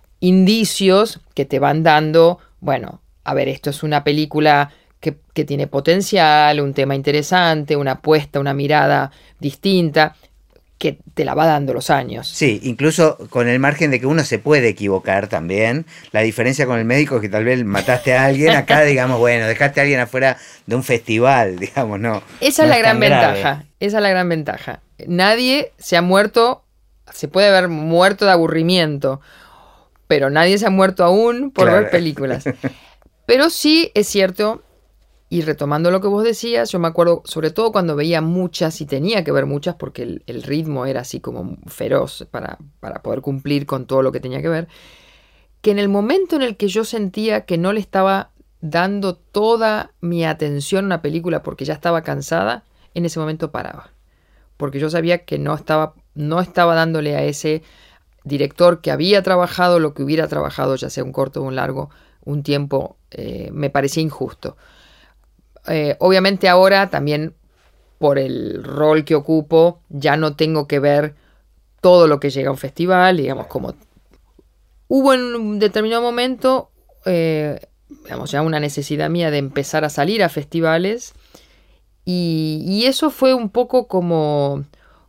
indicios que te van dando, bueno, a ver, esto es una película que tiene potencial, un tema interesante, una apuesta, una mirada distinta, que te la va dando los años.
Sí, incluso con el margen de que uno se puede equivocar también. La diferencia con el médico es que tal vez mataste a alguien, acá digamos, bueno, dejaste a alguien afuera de un festival, digamos, no.
Esa es la gran ventaja, esa es la gran ventaja. Nadie se ha muerto, se puede haber muerto de aburrimiento, pero nadie se ha muerto aún por ver películas. Pero sí es cierto, y retomando lo que vos decías, yo me acuerdo, sobre todo cuando veía muchas, y tenía que ver muchas porque el ritmo era así como feroz para poder cumplir con todo lo que tenía que ver, que en el momento en el que yo sentía que no le estaba dando toda mi atención a una película porque ya estaba cansada, en ese momento paraba. Porque yo sabía que no estaba dándole a ese director que había trabajado lo que hubiera trabajado, ya sea un corto o un largo, un tiempo, me parecía injusto. Obviamente ahora también por el rol que ocupo ya no tengo que ver todo lo que llega a un festival, digamos, como hubo en un determinado momento, digamos, ya una necesidad mía de empezar a salir a festivales y eso fue un poco como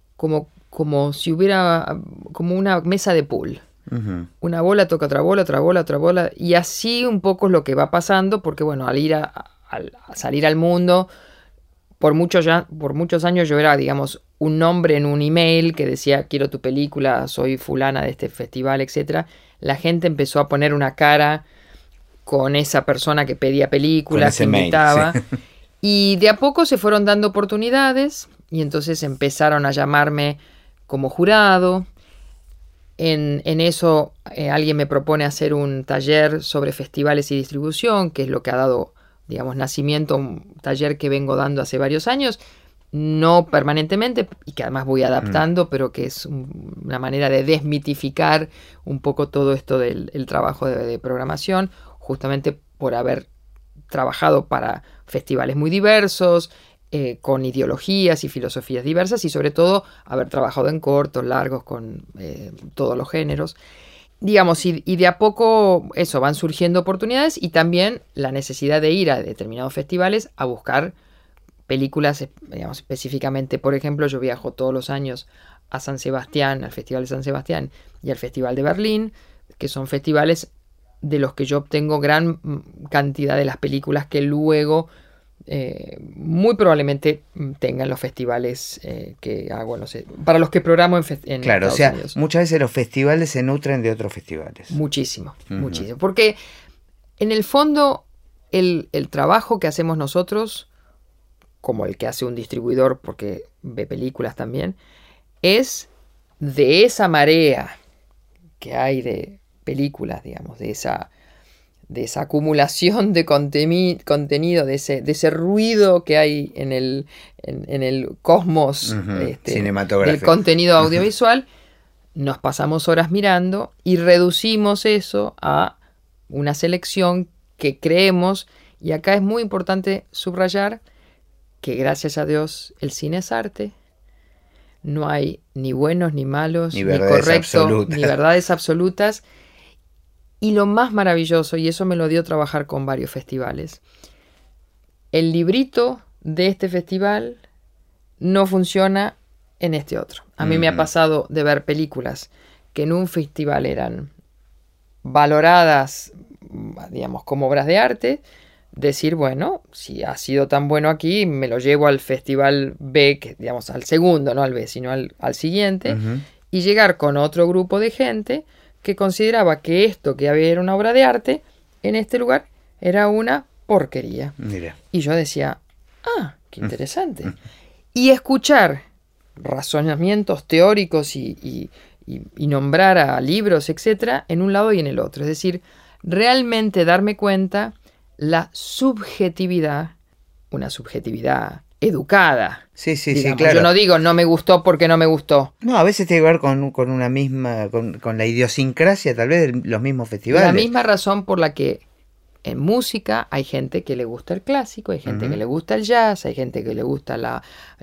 si hubiera como una mesa de pool. Una bola toca otra bola, otra bola, otra bola, y así un poco es lo que va pasando, porque bueno, al ir a salir al mundo, por muchos años yo era, digamos, un nombre en un email que decía, quiero tu película, soy fulana de este festival, etc. La gente empezó a poner una cara con esa persona que pedía películas, que invitaba, sí. Y de a poco se fueron dando oportunidades, y entonces empezaron a llamarme como jurado. En eso alguien me propone hacer un taller sobre festivales y distribución, que es lo que ha dado, digamos, nacimiento a un taller que vengo dando hace varios años, no permanentemente, y que además voy adaptando, pero que es una manera de desmitificar un poco todo esto del trabajo de programación, justamente por haber trabajado para festivales muy diversos, con ideologías y filosofías diversas, y sobre todo haber trabajado en cortos, largos, con todos los géneros. Digamos, y de a poco eso, van surgiendo oportunidades, y también la necesidad de ir a determinados festivales a buscar películas, digamos, específicamente. Por ejemplo, yo viajo todos los años a San Sebastián, al Festival de San Sebastián y al Festival de Berlín, que son festivales de los que yo obtengo gran cantidad de las películas que luego muy probablemente tengan los festivales que hago, no sé, para los que programo en
claro,
Estados Unidos.
Muchas veces los festivales se nutren de otros festivales.
Muchísimo, muchísimo. Porque en el fondo el trabajo que hacemos nosotros, como el que hace un distribuidor, porque ve películas también, es de esa marea que hay de películas, digamos, de esa acumulación de contenido, de ese ruido que hay en el cosmos del contenido audiovisual. Nos pasamos horas mirando y reducimos eso a una selección que creemos, y acá es muy importante subrayar que gracias a Dios el cine es arte. No hay ni buenos ni malos, ni correctos, ni verdades absolutas. Y lo más maravilloso, y eso me lo dio trabajar con varios festivales, el librito de este festival no funciona en este otro. A mí me ha pasado de ver películas que en un festival eran valoradas, digamos, como obras de arte, decir, bueno, si ha sido tan bueno aquí, me lo llevo al festival B, que, digamos, al segundo, no al B, sino al siguiente, y llegar con otro grupo de gente que consideraba que esto que había era una obra de arte, en este lugar era una porquería.
Mira.
Y yo decía, qué interesante. Y escuchar razonamientos teóricos y nombrar a libros, etcétera, en un lado y en el otro. Es decir, realmente darme cuenta la subjetividad, una subjetividad educada.
Sí,
digamos.
Claro.
Yo no digo no me gustó porque no me gustó.
No, a veces tiene que ver con una misma, con la idiosincrasia tal vez de los mismos festivales.
La misma razón por la que en música hay gente que le gusta el clásico, hay gente que le gusta el jazz, hay gente que le gusta la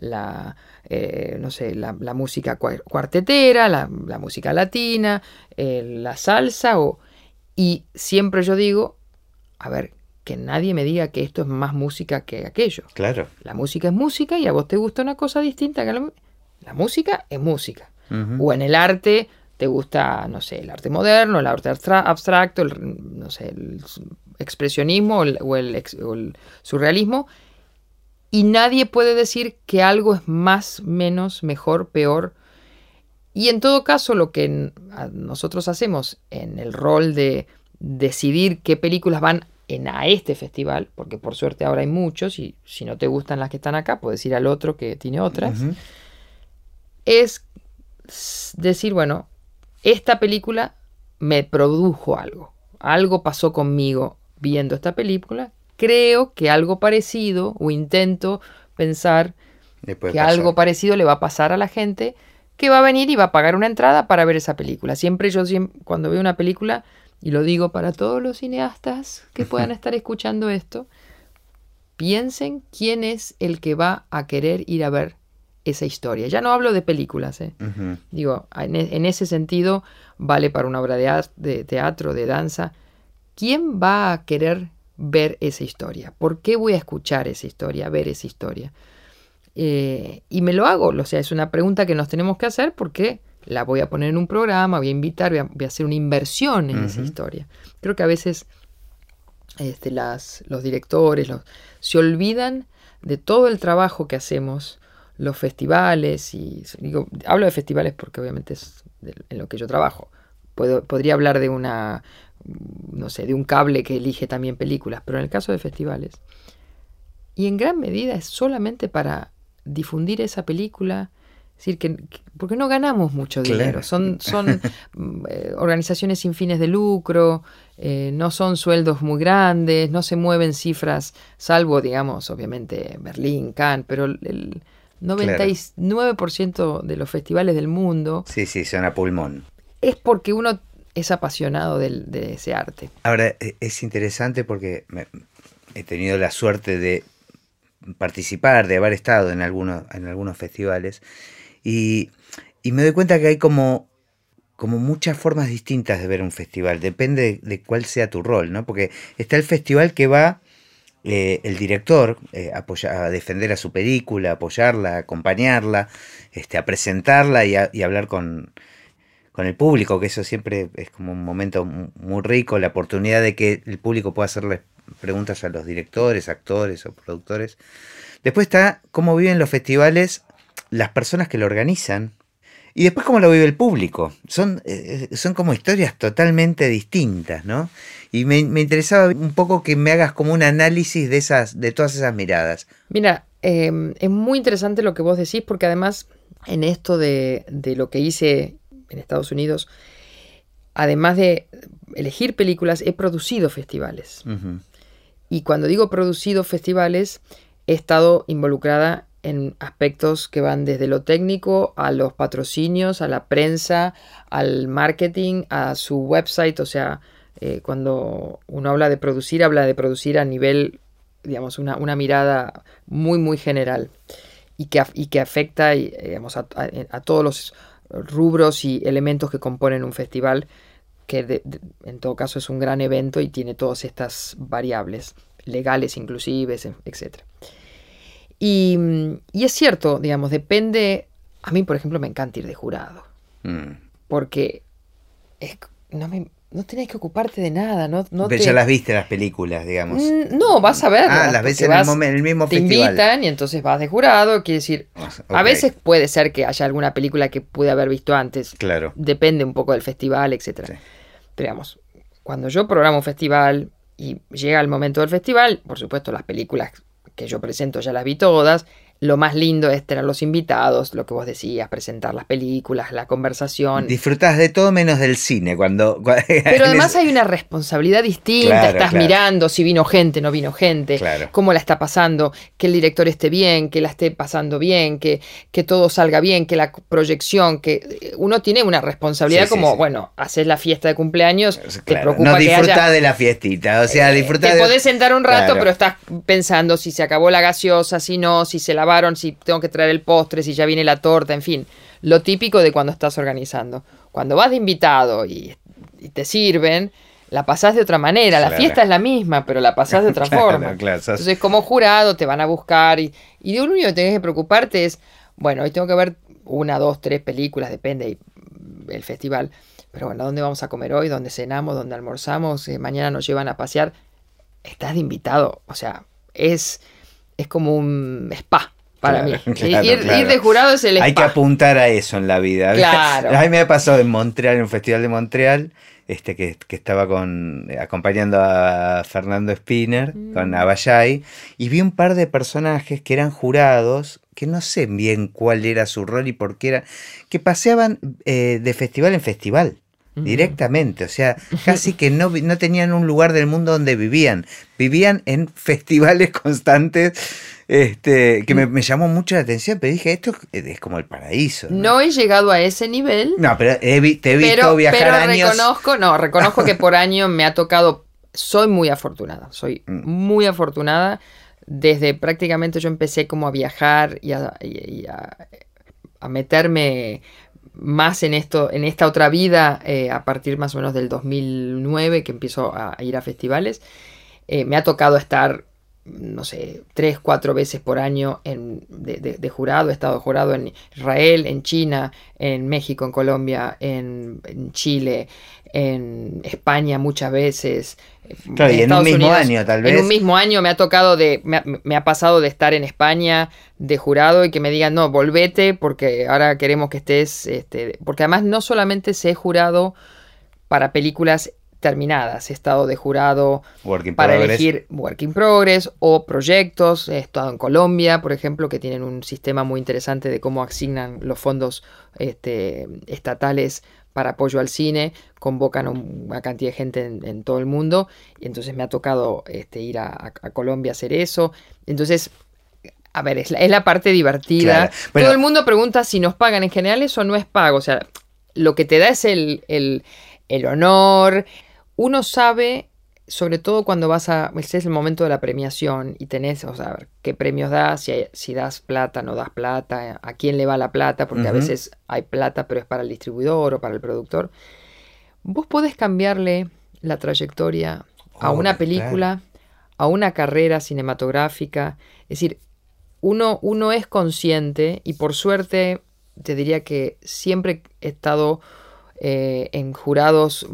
música cuartetera, la música latina, la salsa, y siempre yo digo, a ver, que nadie me diga que esto es más música que aquello.
Claro.
La música es música y a vos te gusta una cosa distinta. La música es música. O en el arte te gusta, no sé, el arte moderno, el arte abstracto, el expresionismo o el surrealismo. Y nadie puede decir que algo es más, menos, mejor, peor. Y en todo caso, lo que nosotros hacemos en el rol de decidir qué películas van a este festival, porque por suerte ahora hay muchos, y si no te gustan las que están acá, puedes ir al otro que tiene otras, es decir, bueno, esta película me produjo algo pasó conmigo viendo esta película, creo que algo parecido, o intento pensar que algo parecido le va a pasar a la gente que va a venir y va a pagar una entrada para ver esa película. Siempre cuando veo una película, y lo digo para todos los cineastas que puedan estar escuchando esto, piensen quién es el que va a querer ir a ver esa historia. Ya no hablo de películas, Digo, en ese sentido vale para una obra de teatro, de danza. ¿Quién va a querer ver esa historia? ¿Por qué voy a escuchar esa historia, ver esa historia? Y me lo hago, o sea, es una pregunta que nos tenemos que hacer porque la voy a poner en un programa, voy a invitar, voy a hacer una inversión en esa historia. Creo que a veces los directores se olvidan de todo el trabajo que hacemos, los festivales, hablo de festivales porque obviamente es en lo que yo trabajo. Podría hablar de de un cable que elige también películas, pero en el caso de festivales, y en gran medida es solamente para difundir esa película, Es decir, porque no ganamos mucho dinero. Son organizaciones sin fines de lucro, no son sueldos muy grandes, no se mueven cifras, salvo, digamos, obviamente Berlín, Cannes, pero el 99% de los festivales del mundo...
Sí, son a pulmón.
Es porque uno es apasionado de ese arte.
Ahora, es interesante porque he tenido la suerte de participar, de haber estado en algunos festivales, y me doy cuenta que hay como muchas formas distintas de ver un festival, depende de cuál sea tu rol, ¿no? Porque está el festival que va el director a defender a su película, a apoyarla, a acompañarla, a presentarla y a hablar con el público, que eso siempre es como un momento muy rico, la oportunidad de que el público pueda hacerle preguntas a los directores, actores o productores. Después está cómo viven los festivales las personas que lo organizan, y después cómo lo vive el público. Son como historias totalmente distintas, ¿no? Y me interesaba un poco que me hagas como un análisis de todas esas miradas.
Mira, es muy interesante lo que vos decís, porque además en esto de lo que hice en Estados Unidos, además de elegir películas, he producido festivales. Uh-huh. Y cuando digo producido festivales, he estado involucrada en aspectos que van desde lo técnico a los patrocinios, a la prensa, al marketing, a su website. O sea, cuando uno habla de producir a nivel, digamos, una mirada muy, muy general y que afecta, digamos, a todos los rubros y elementos que componen un festival, que en todo caso es un gran evento y tiene todas estas variables, legales inclusive, etc. Y es cierto, digamos, depende. A mí, por ejemplo, me encanta ir de jurado. Porque no tenés que ocuparte de nada.
Pero ya las viste las películas, digamos.
No, vas a verlas.
Las ves en el mismo
te
festival. Te
invitan y entonces vas de jurado. Quiere decir, okay. A veces puede ser que haya alguna película que pude haber visto antes.
Claro.
Depende un poco del festival, etc. Sí. Pero digamos, cuando yo programo un festival y llega el momento del festival, por supuesto las películas que yo presento ya las vi todas. Lo más lindo es tener los invitados, lo que vos decías, presentar las películas, la conversación.
Disfrutás de todo menos del cine.
Pero además hay una responsabilidad distinta. Estás mirando si vino gente, no vino gente, cómo la está pasando, que el director esté bien, que la esté pasando bien, que todo salga bien, que la proyección, que uno tiene una responsabilidad bueno, haces la fiesta de cumpleaños, te preocupa
no
que haya... No
disfrutás de la fiestita, o sea, disfrutás
te podés sentar un rato, pero estás pensando si se acabó la gaseosa, si no, si se lavaron, si tengo que traer el postre, si ya viene la torta, en fin, lo típico de cuando estás organizando. Cuando vas de invitado y te sirven, la pasás de otra manera. La fiesta es la misma, pero la pasás de otra forma. Entonces, como jurado, te van a buscar y de lo único que tenés que preocuparte es, bueno, hoy tengo que ver 1, 2, 3 películas, depende del festival, pero bueno, ¿dónde vamos a comer hoy? ¿Dónde cenamos? ¿Dónde almorzamos? Mañana nos llevan a pasear. Estás de invitado, o sea, es como un spa. Para mí. Ir de jurado es el spa.
Hay que apuntar a eso en la vida.
Claro.
A mí me ha pasado en Montreal, en un festival de Montreal, que estaba acompañando a Fernando Spinner, con Abayay, y vi un par de personajes que eran jurados, que no sé bien cuál era su rol y por qué era, que paseaban de festival en festival. Directamente, o sea, casi que no tenían un lugar del mundo donde vivían en festivales constantes, que me llamó mucho la atención, pero dije, esto es como el paraíso.
No he llegado a ese nivel.
No, pero te he visto viajar años.
Reconozco que por año me ha tocado, soy muy afortunada, desde prácticamente yo empecé como a viajar y a meterme más en esta otra vida, a partir más o menos del 2009 que empiezo a ir a festivales. Me ha tocado estar, no sé, 3, 4 veces por año de jurado. He estado jurado en Israel, en China, en México, en Colombia, en Chile, en España muchas veces.
Claro, y en un mismo año, tal vez.
En un mismo año me ha pasado de estar en España de jurado y que me digan, no, volvete porque ahora queremos que estés, porque además no solamente sé jurado para películas terminadas. He estado de jurado
Work in
para
progress.
elegir Work in Progress o proyectos. He estado en Colombia, por ejemplo, que tienen un sistema muy interesante de cómo asignan los fondos estatales para apoyo al cine, convocan una cantidad de gente en todo el mundo, y entonces me ha tocado ir a Colombia a hacer eso. Entonces, a ver, es la parte divertida.
Claro. Bueno,
todo el mundo pregunta si nos pagan. En general eso no es pago, o sea, lo que te da es el honor. Uno sabe, sobre todo cuando ese es el momento de la premiación y tenés, o sea, qué premios das, si das plata, no das plata, a quién le va la plata, porque a veces hay plata pero es para el distribuidor o para el productor. Vos podés cambiarle la trayectoria a una película, a una carrera cinematográfica. Es decir, uno es consciente, y por suerte te diría que siempre he estado en jurados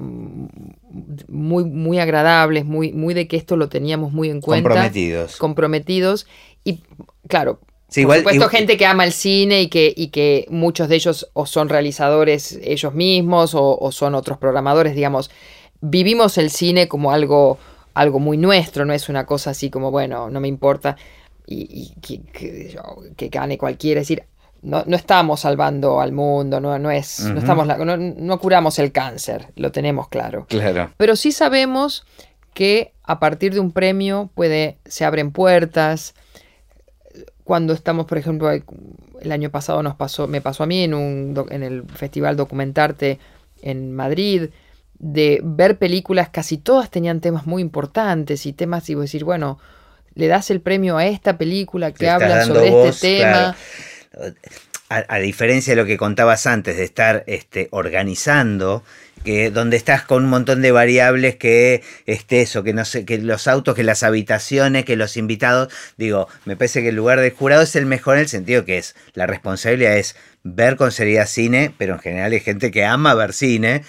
muy, muy agradables, muy de que esto lo teníamos muy en cuenta. Comprometidos. Y claro, sí, por supuesto, gente que ama el cine y que muchos de ellos o son realizadores ellos mismos o son otros programadores, digamos. Vivimos el cine como algo muy nuestro, no es una cosa así como, bueno, no me importa y que gane cualquiera. Es decir, no estamos salvando al mundo, no curamos el cáncer, lo tenemos claro. Pero sí sabemos que a partir de un premio se abren puertas. Cuando estamos, por ejemplo, el año pasado me pasó a mí en el Festival Documentarte en Madrid, de ver películas, casi todas tenían temas muy importantes y temas, y decir, bueno, le das el premio a esta película que habla sobre este tema.
Claro. A diferencia de lo que contabas antes, de estar organizando, donde estás con un montón de variables, que eso, que no sé, que los autos, que las habitaciones, que los invitados, digo, me parece que el lugar del jurado es el mejor en el sentido que la responsabilidad es ver con seriedad cine, pero en general hay gente que ama ver cine.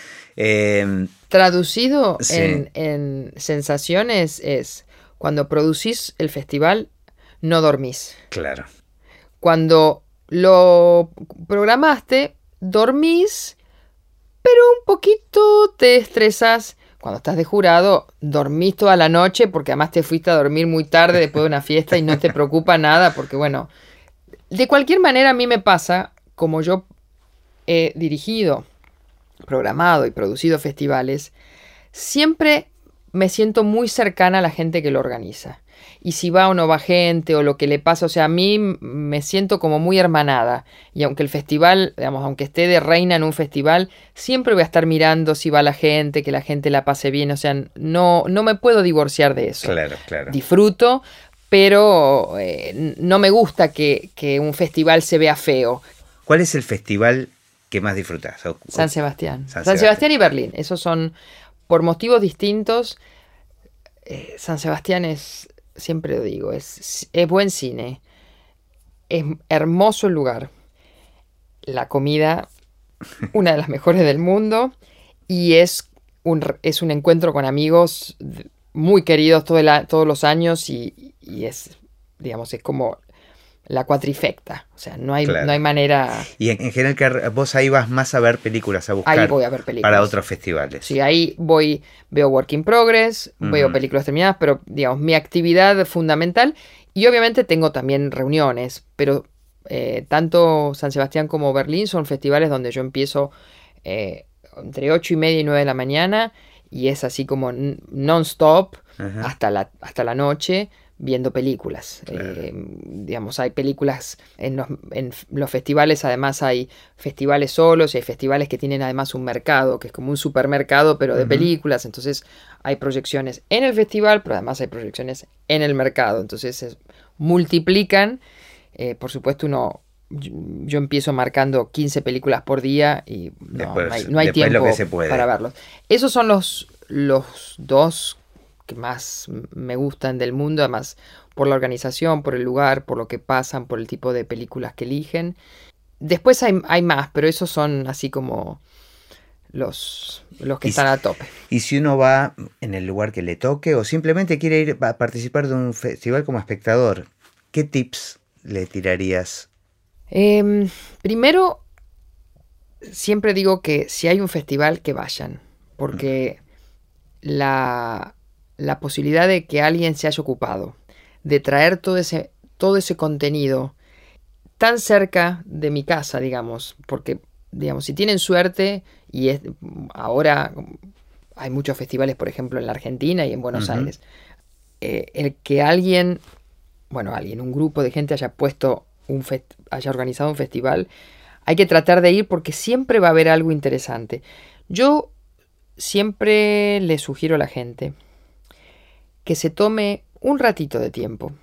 Traducido en sensaciones es, cuando producís el festival, no dormís.
Claro.
Cuando lo programaste, dormís, pero un poquito te estresas. Cuando estás de jurado, dormís toda la noche porque además te fuiste a dormir muy tarde después de una fiesta y no te preocupa nada porque, bueno, de cualquier manera a mí me pasa, como yo he dirigido, programado y producido festivales, siempre me siento muy cercana a la gente que lo organiza. Y si va o no va gente o lo que le pasa, o sea, a mí me siento como muy hermanada. Y aunque el festival, digamos, aunque esté de reina en un festival, siempre voy a estar mirando si va la gente, que la gente la pase bien. O sea, no me puedo divorciar de eso.
Claro.
Disfruto, pero no me gusta que un festival se vea feo.
¿Cuál es el festival que más disfrutas?
San Sebastián. San Sebastián y Berlín. Esos son, por motivos distintos. San Sebastián es, siempre lo digo, es buen cine. Es hermoso el lugar. La comida, una de las mejores del mundo. Y es un encuentro con amigos muy queridos todos los años. Y es, digamos, es como la cuatrifecta. O sea, no hay manera.
Y en general, que vos ahí vas más a ver películas, a buscar.
Ahí voy a ver películas.
Para otros festivales.
Sí, ahí veo Work in Progress, veo películas terminadas, pero digamos, mi actividad fundamental. Y obviamente tengo también reuniones, pero tanto San Sebastián como Berlín son festivales donde yo empiezo entre 8:30 y 9 de la mañana y es así como non-stop hasta la noche, viendo películas. Digamos, hay películas en los festivales, además hay festivales solos y hay festivales que tienen además un mercado, que es como un supermercado, pero de películas. Entonces hay proyecciones en el festival, pero además hay proyecciones en el mercado. Entonces se multiplican. Por supuesto, yo empiezo marcando 15 películas por día y no hay tiempo para verlos. Esos son los dos que más me gustan del mundo, además por la organización, por el lugar, por lo que pasan, por el tipo de películas que eligen. Después hay más, pero esos son así como los que están a tope.
¿Y si uno va en el lugar que le toque o simplemente quiere ir a participar de un festival como espectador, qué tips le tirarías?
Primero, siempre digo que si hay un festival, que vayan, porque la posibilidad de que alguien se haya ocupado de traer todo ese contenido tan cerca de mi casa, digamos, porque, digamos, si tienen suerte, ahora hay muchos festivales, por ejemplo, en la Argentina y en Buenos Aires, el que un grupo de gente haya organizado un festival, hay que tratar de ir porque siempre va a haber algo interesante. Yo siempre le sugiero a la gente que se tome un ratito de tiempo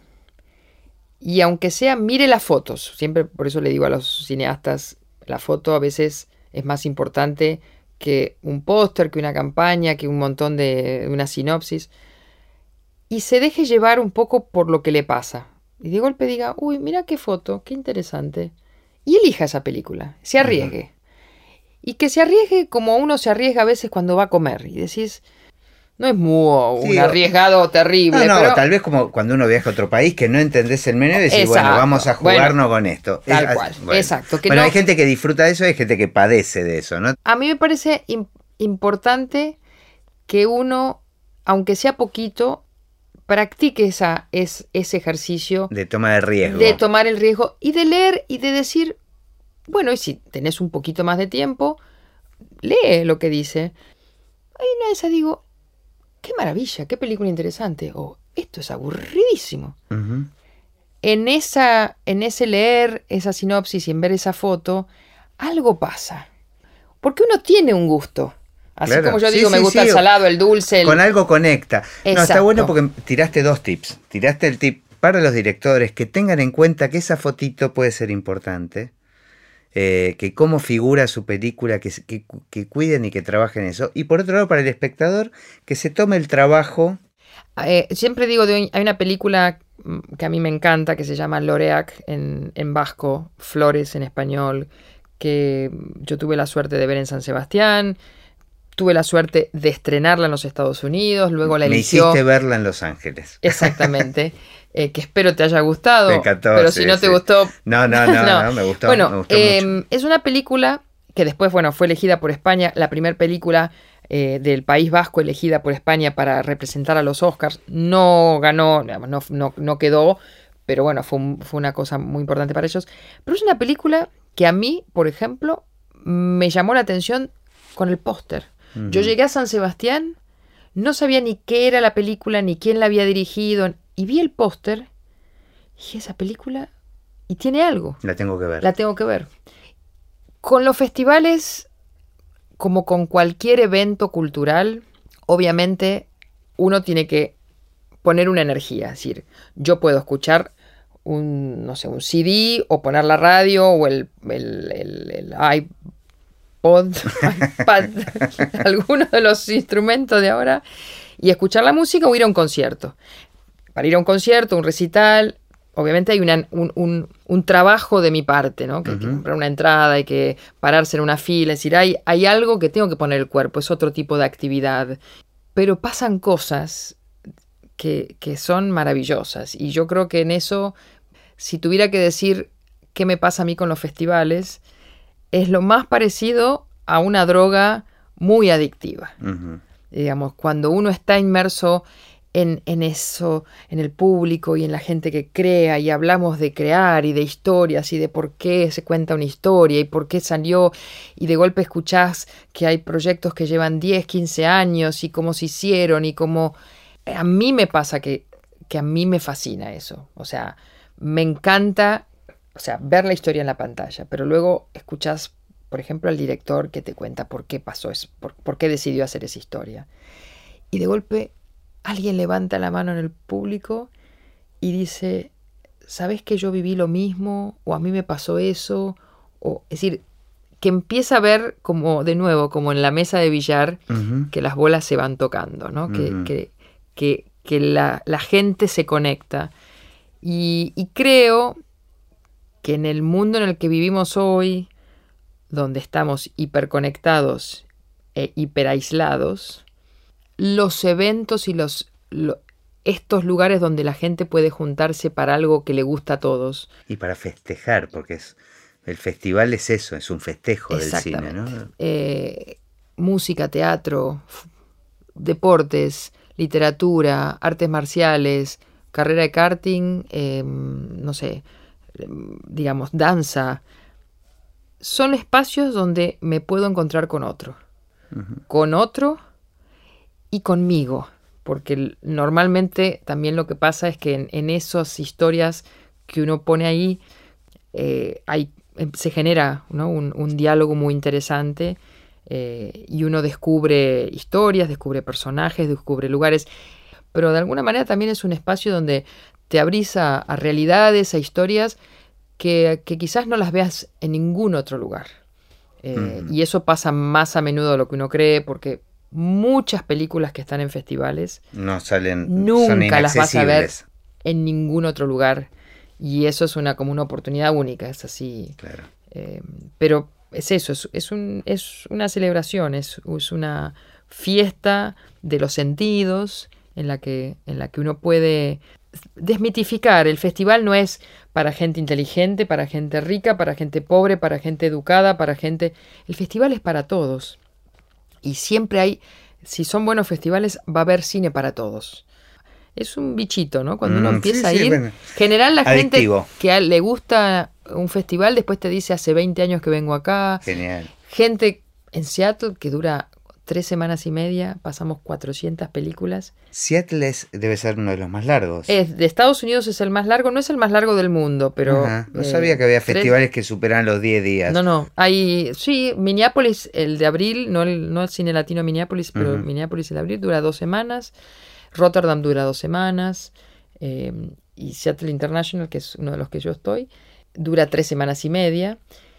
y aunque sea, mire las fotos. Siempre por eso le digo a los cineastas, la foto a veces es más importante que un póster, que una campaña, que un montón de una sinopsis. Y se deje llevar un poco por lo que le pasa. Y de golpe diga, uy, mira qué foto, qué interesante. Y elija esa película, se arriesgue. Y que se arriesgue como uno se arriesga a veces cuando va a comer. Y decís, no es un arriesgado terrible.
No,
pero
tal vez como cuando uno viaja a otro país que no entendés el menú y decís, bueno, vamos a jugarnos con esto.
Tal cual, exacto.
Bueno, hay gente que disfruta de eso y hay gente que padece de eso, ¿no?
A mí me parece importante que uno, aunque sea poquito, practique ese ejercicio.
De toma de riesgo.
De tomar el riesgo y de leer y de decir, bueno, y si tenés un poquito más de tiempo, lee lo que dice. Ahí una de esas digo, qué maravilla, qué película interesante. O esto es aburridísimo.
Uh-huh.
En ese leer esa sinopsis y en ver esa foto, algo pasa. Porque uno tiene un gusto. Así claro. Como yo digo, me gusta el salado, el dulce.
Con algo conecta.
Exacto.
No, está bueno porque tiraste 2 tips. Tiraste el tip para los directores que tengan en cuenta que esa fotito puede ser importante. Que cómo figura su película, que cuiden y que trabajen eso. Y por otro lado, para el espectador, que se tome el trabajo.
Siempre digo, hay una película que a mí me encanta, que se llama Loreak en vasco, Flores en español, que yo tuve la suerte de ver en San Sebastián. Tuve la suerte de estrenarla en los Estados Unidos, luego la eligió...
Me hiciste verla en Los Ángeles.
Exactamente. Que espero te haya gustado.
Me encantó.
Pero si no te gustó...
No, me gustó.
Bueno,
me gustó mucho.
Es una película que después, fue elegida por España, la primera película del País Vasco elegida por España para representar a los Oscars. No ganó, no quedó, pero bueno, fue una cosa muy importante para ellos. Pero es una película que a mí, por ejemplo, me llamó la atención con el póster. Uh-huh. Yo llegué a San Sebastián, no sabía ni qué era la película, ni quién la había dirigido, y vi el póster, y dije, esa película, y tiene algo.
La tengo que ver.
Con los festivales, como con cualquier evento cultural, obviamente uno tiene que poner una energía. Es decir, yo puedo escuchar un CD, o poner la radio, o el iPad, alguno de los instrumentos de ahora, y escuchar la música o ir a un concierto. Para ir a un concierto, un recital, obviamente hay un trabajo de mi parte, ¿no? Que hay que comprar una entrada, hay que pararse en una fila, es decir, hay algo que tengo que poner el cuerpo, es otro tipo de actividad. Pero pasan cosas que son maravillosas, y yo creo que en eso, si tuviera que decir qué me pasa a mí con los festivales, es lo más parecido a una droga muy adictiva. Uh-huh. Digamos, cuando uno está inmerso en eso, en el público y en la gente que crea, y hablamos de crear y de historias y de por qué se cuenta una historia y por qué salió, y de golpe escuchás que hay proyectos que llevan 10, 15 años y cómo se hicieron y cómo... A mí me pasa que a mí me fascina eso. O sea, me encanta... O sea, ver la historia en la pantalla, pero luego escuchas, por ejemplo, al director que te cuenta por qué pasó eso, por qué decidió hacer esa historia. Y de golpe alguien levanta la mano en el público y dice, ¿sabes que yo viví lo mismo? O a mí me pasó eso. O, es decir, que empieza a ver como, de nuevo, como en la mesa de billar, uh-huh. que las bolas se van tocando, ¿no? Uh-huh. Que la gente se conecta. Y creo que en el mundo en el que vivimos hoy, donde estamos hiperconectados e hiperaislados, los eventos y estos lugares donde la gente puede juntarse para algo que le gusta a todos.
Y para festejar, porque el festival es eso, es un festejo del cine, ¿no?
Música, teatro, deportes, literatura, artes marciales, carrera de karting, no sé, digamos, danza. Son espacios donde me puedo encontrar con otro. Con otro y conmigo. Porque normalmente también lo que pasa es que en esas historias que uno pone ahí, se genera, ¿no? un diálogo muy interesante, y uno descubre historias, descubre personajes, descubre lugares, pero de alguna manera también es un espacio donde te abrís a realidades, a historias que quizás no las veas en ningún otro lugar. Y eso pasa más a menudo de lo que uno cree, porque muchas películas que están en festivales
no salen,
nunca las vas a ver en ningún otro lugar, y eso es como una oportunidad única, es así.
Claro.
Pero es eso, es una celebración, es una fiesta de los sentidos en la que uno puede desmitificar. El festival no es para gente inteligente, para gente rica, para gente pobre, para gente educada, el festival es para todos. Y siempre hay, si son buenos festivales, va a haber cine para todos. Es un bichito, ¿no? Cuando uno empieza a ir, bueno, general la adictivo. Gente que le gusta un festival, después te dice, hace 20 años que vengo acá.
Genial.
Gente en Seattle que dura 3 semanas y media, pasamos 400 películas.
Seattle debe ser uno de los más largos.
De Estados Unidos es el más largo, no es el más largo del mundo, pero...
No sabía que había festivales que superan los 10 días.
No, sí, Minneapolis, el de abril, no el Cine Latino Minneapolis, pero Minneapolis el de abril dura 2 semanas, Rotterdam dura 2 semanas, y Seattle International, que es uno de los que yo estoy, dura 3 semanas y media.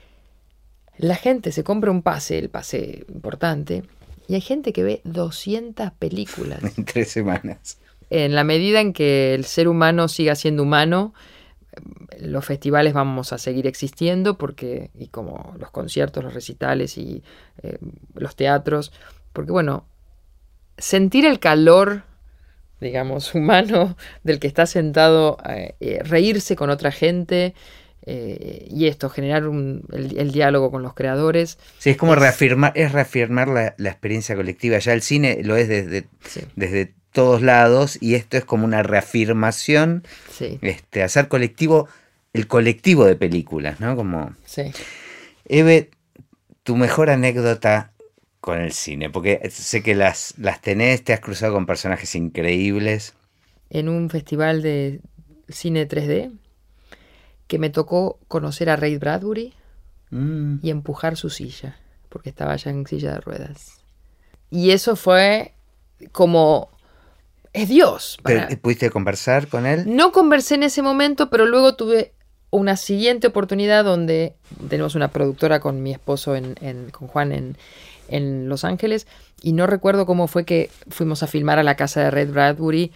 La gente se compra un pase, el pase importante, y hay gente que ve 200 películas.
En 3 semanas.
En la medida en que el ser humano siga siendo humano, los festivales vamos a seguir existiendo, y como los conciertos, los recitales y los teatros, porque bueno, sentir el calor, digamos, humano del que está sentado, reírse con otra gente, y generar el diálogo con los creadores.
Sí, es como reafirmar la experiencia colectiva. Ya el cine lo es desde todos lados, y esto es como una reafirmación, hacer colectivo, el colectivo de películas, ¿no? Como...
Sí.
Eve, tu mejor anécdota con el cine, porque sé que las tenés, te has cruzado con personajes increíbles.
En un festival de cine 3D, que me tocó conocer a Ray Bradbury y empujar su silla, porque estaba ya en silla de ruedas. Y eso fue como... es Dios.
¿Pudiste conversar con él?
No conversé en ese momento, pero luego tuve una siguiente oportunidad donde tenemos una productora con mi esposo, con Juan, en Los Ángeles, y no recuerdo cómo fue que fuimos a filmar a la casa de Ray Bradbury,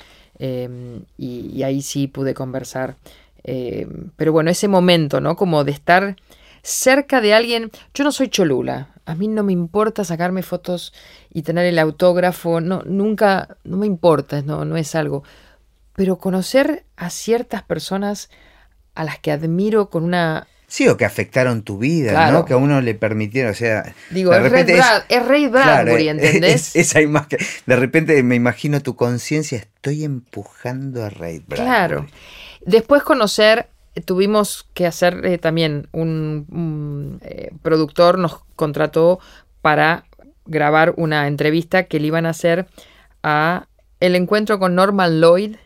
y ahí sí pude conversar. Pero bueno, ese momento, ¿no? Como de estar cerca de alguien. Yo no soy cholula. A mí no me importa sacarme fotos y tener el autógrafo. No, nunca, no me importa, no es algo. Pero conocer a ciertas personas a las que admiro con una...
Sí, o que afectaron tu vida,
claro,
¿no? Que a uno le permitieron, o sea...
Digo, es Ray Bradbury, claro, ¿entendés?
Esa imagen. De repente me imagino tu conciencia, estoy empujando a Ray Bradbury.
Claro. Después tuvimos que hacer también un productor nos contrató para grabar una entrevista que le iban a hacer a el encuentro con Norman Lloyd,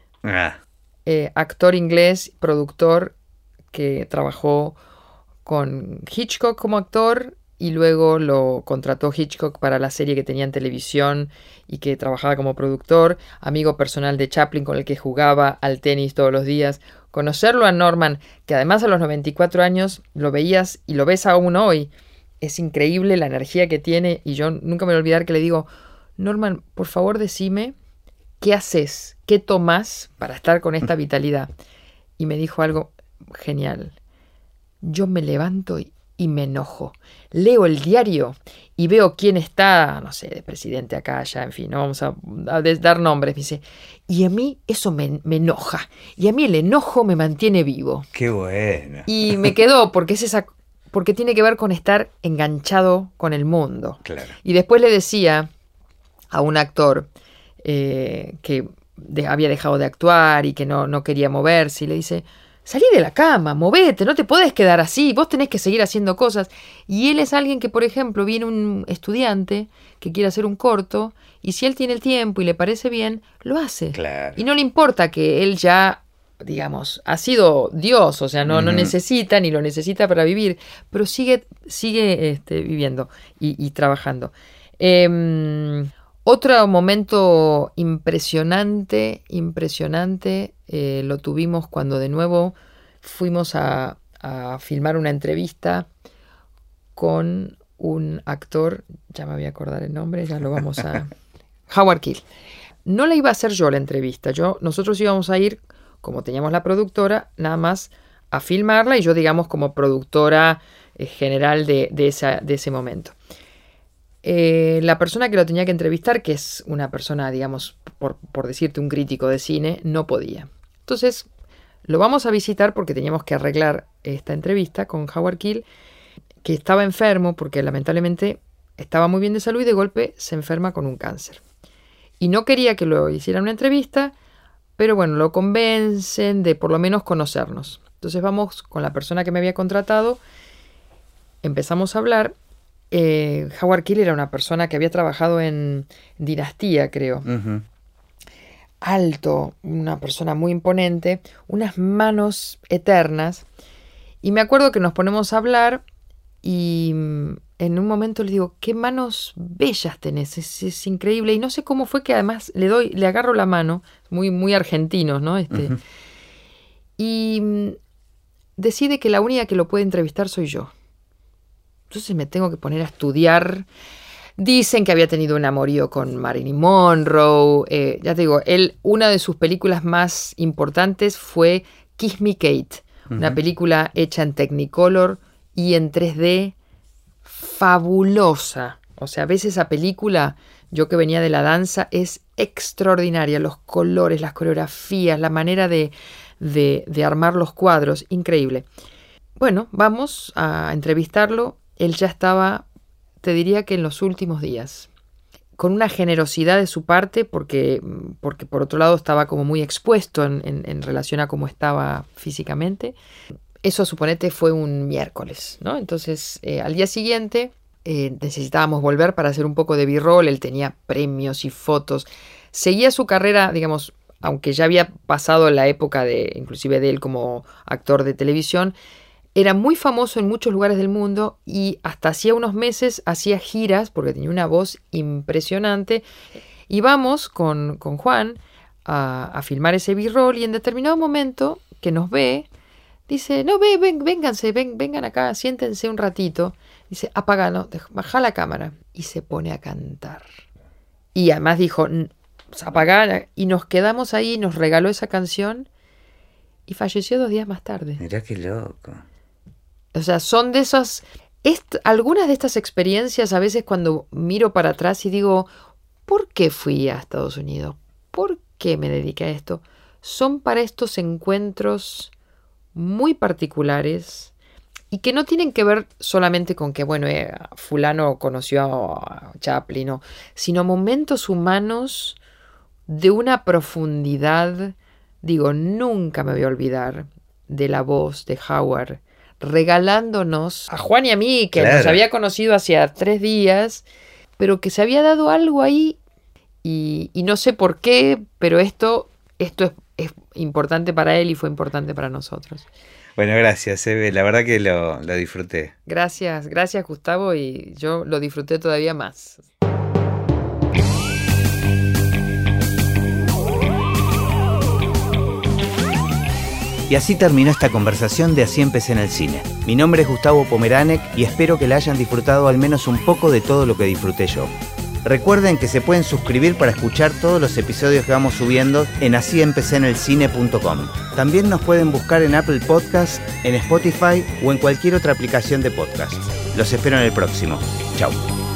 actor inglés, productor que trabajó con Hitchcock como actor, y luego lo contrató Hitchcock para la serie que tenía en televisión y que trabajaba como productor, amigo personal de Chaplin con el que jugaba al tenis todos los días. Conocerlo a Norman, que además a los 94 años lo veías y lo ves aún hoy, es increíble la energía que tiene, y yo nunca me voy a olvidar que le digo, Norman, por favor decime qué haces, qué tomás para estar con esta vitalidad. Y me dijo algo genial. Yo me levanto y me enojo. Leo el diario y veo quién está, no sé, de presidente acá, allá, en fin, no vamos a dar nombres, me dice. Y a mí eso me enoja. Y a mí el enojo me mantiene vivo.
¡Qué bueno!
Y me quedó, porque porque tiene que ver con estar enganchado con el mundo.
Claro.
Y después le decía a un actor, que había dejado de actuar y que no quería moverse, y le dice: salí de la cama, movete, no te podés quedar así, vos tenés que seguir haciendo cosas. Y él es alguien que, por ejemplo, viene un estudiante que quiere hacer un corto, y si él tiene el tiempo y le parece bien, lo hace.
Claro.
Y no le importa que él ya, digamos, ha sido Dios, o sea, no necesita ni lo necesita para vivir, pero sigue viviendo y trabajando. Otro momento impresionante, lo tuvimos cuando de nuevo fuimos a filmar una entrevista con un actor, ya me voy a acordar el nombre, ya lo vamos a... Howard Keel. No la iba a hacer yo la entrevista, nosotros íbamos a ir, como teníamos la productora, nada más a filmarla, y yo, digamos, como productora general de ese momento. La persona que lo tenía que entrevistar, que es una persona, digamos, por decirte, un crítico de cine, no podía. Entonces, lo vamos a visitar porque teníamos que arreglar esta entrevista con Howard Keel, que estaba enfermo porque lamentablemente estaba muy bien de salud y de golpe se enferma con un cáncer. Y no quería que lo hiciera una entrevista, pero bueno, lo convencen de por lo menos conocernos. Entonces vamos con la persona que me había contratado, empezamos a hablar. Howard Keel era una persona que había trabajado en Dinastía, creo.
Uh-huh.
Alto, una persona muy imponente, unas manos eternas. Y me acuerdo que nos ponemos a hablar y en un momento le digo: qué manos bellas tenés, es increíble. Y no sé cómo fue que además le agarro la mano, muy, muy argentinos, ¿no?
Uh-huh.
Y decide que la única que lo puede entrevistar soy yo. Entonces me tengo que poner a estudiar. Dicen que había tenido un amorío con Marilyn Monroe. Ya te digo, una de sus películas más importantes fue Kiss Me Kate, una película hecha en Technicolor y en 3D, fabulosa. O sea, ves esa película, yo que venía de la danza, es extraordinaria. Los colores, las coreografías, la manera de armar los cuadros, increíble. Bueno, vamos a entrevistarlo. Él ya estaba, te diría que en los últimos días, con una generosidad de su parte, porque por otro lado estaba como muy expuesto en relación a cómo estaba físicamente. Eso, suponete, fue un miércoles, ¿no? Entonces, al día siguiente necesitábamos volver para hacer un poco de B-roll. Él tenía premios y fotos. Seguía su carrera, digamos, aunque ya había pasado la época inclusive de él como actor de televisión. Era muy famoso en muchos lugares del mundo y hasta hacía unos meses hacía giras porque tenía una voz impresionante. Y vamos con Juan a filmar ese B-roll, y en determinado momento que nos ve, dice: no, vénganse, vengan acá, siéntense un ratito. Dice: apagalo, baja la cámara. Y se pone a cantar. Y además dijo: apagar. Y nos quedamos ahí, nos regaló esa canción y falleció 2 días más tarde.
Mirá qué loco.
O sea, son de esas... algunas de estas experiencias, a veces cuando miro para atrás y digo: ¿por qué fui a Estados Unidos? ¿Por qué me dediqué a esto? Son para estos encuentros muy particulares y que no tienen que ver solamente con que, bueno, fulano conoció a Chaplin, no, sino momentos humanos de una profundidad. Digo, nunca me voy a olvidar de la voz de Howard regalándonos a Juan y a mí, que nos había conocido hacía 3 días, pero que se había dado algo ahí y no sé por qué, pero esto es importante para él y fue importante para nosotros.
Bueno, gracias, Eve. La verdad que lo disfruté.
Gracias, Gustavo, y yo lo disfruté todavía más.
Y así terminó esta conversación de Así empecé en el cine. Mi nombre es Gustavo Pomeranek y espero que la hayan disfrutado al menos un poco de todo lo que disfruté yo. Recuerden que se pueden suscribir para escuchar todos los episodios que vamos subiendo en asíempecéenelcine.com. También nos pueden buscar en Apple Podcasts, en Spotify o en cualquier otra aplicación de podcast. Los espero en el próximo. Chau.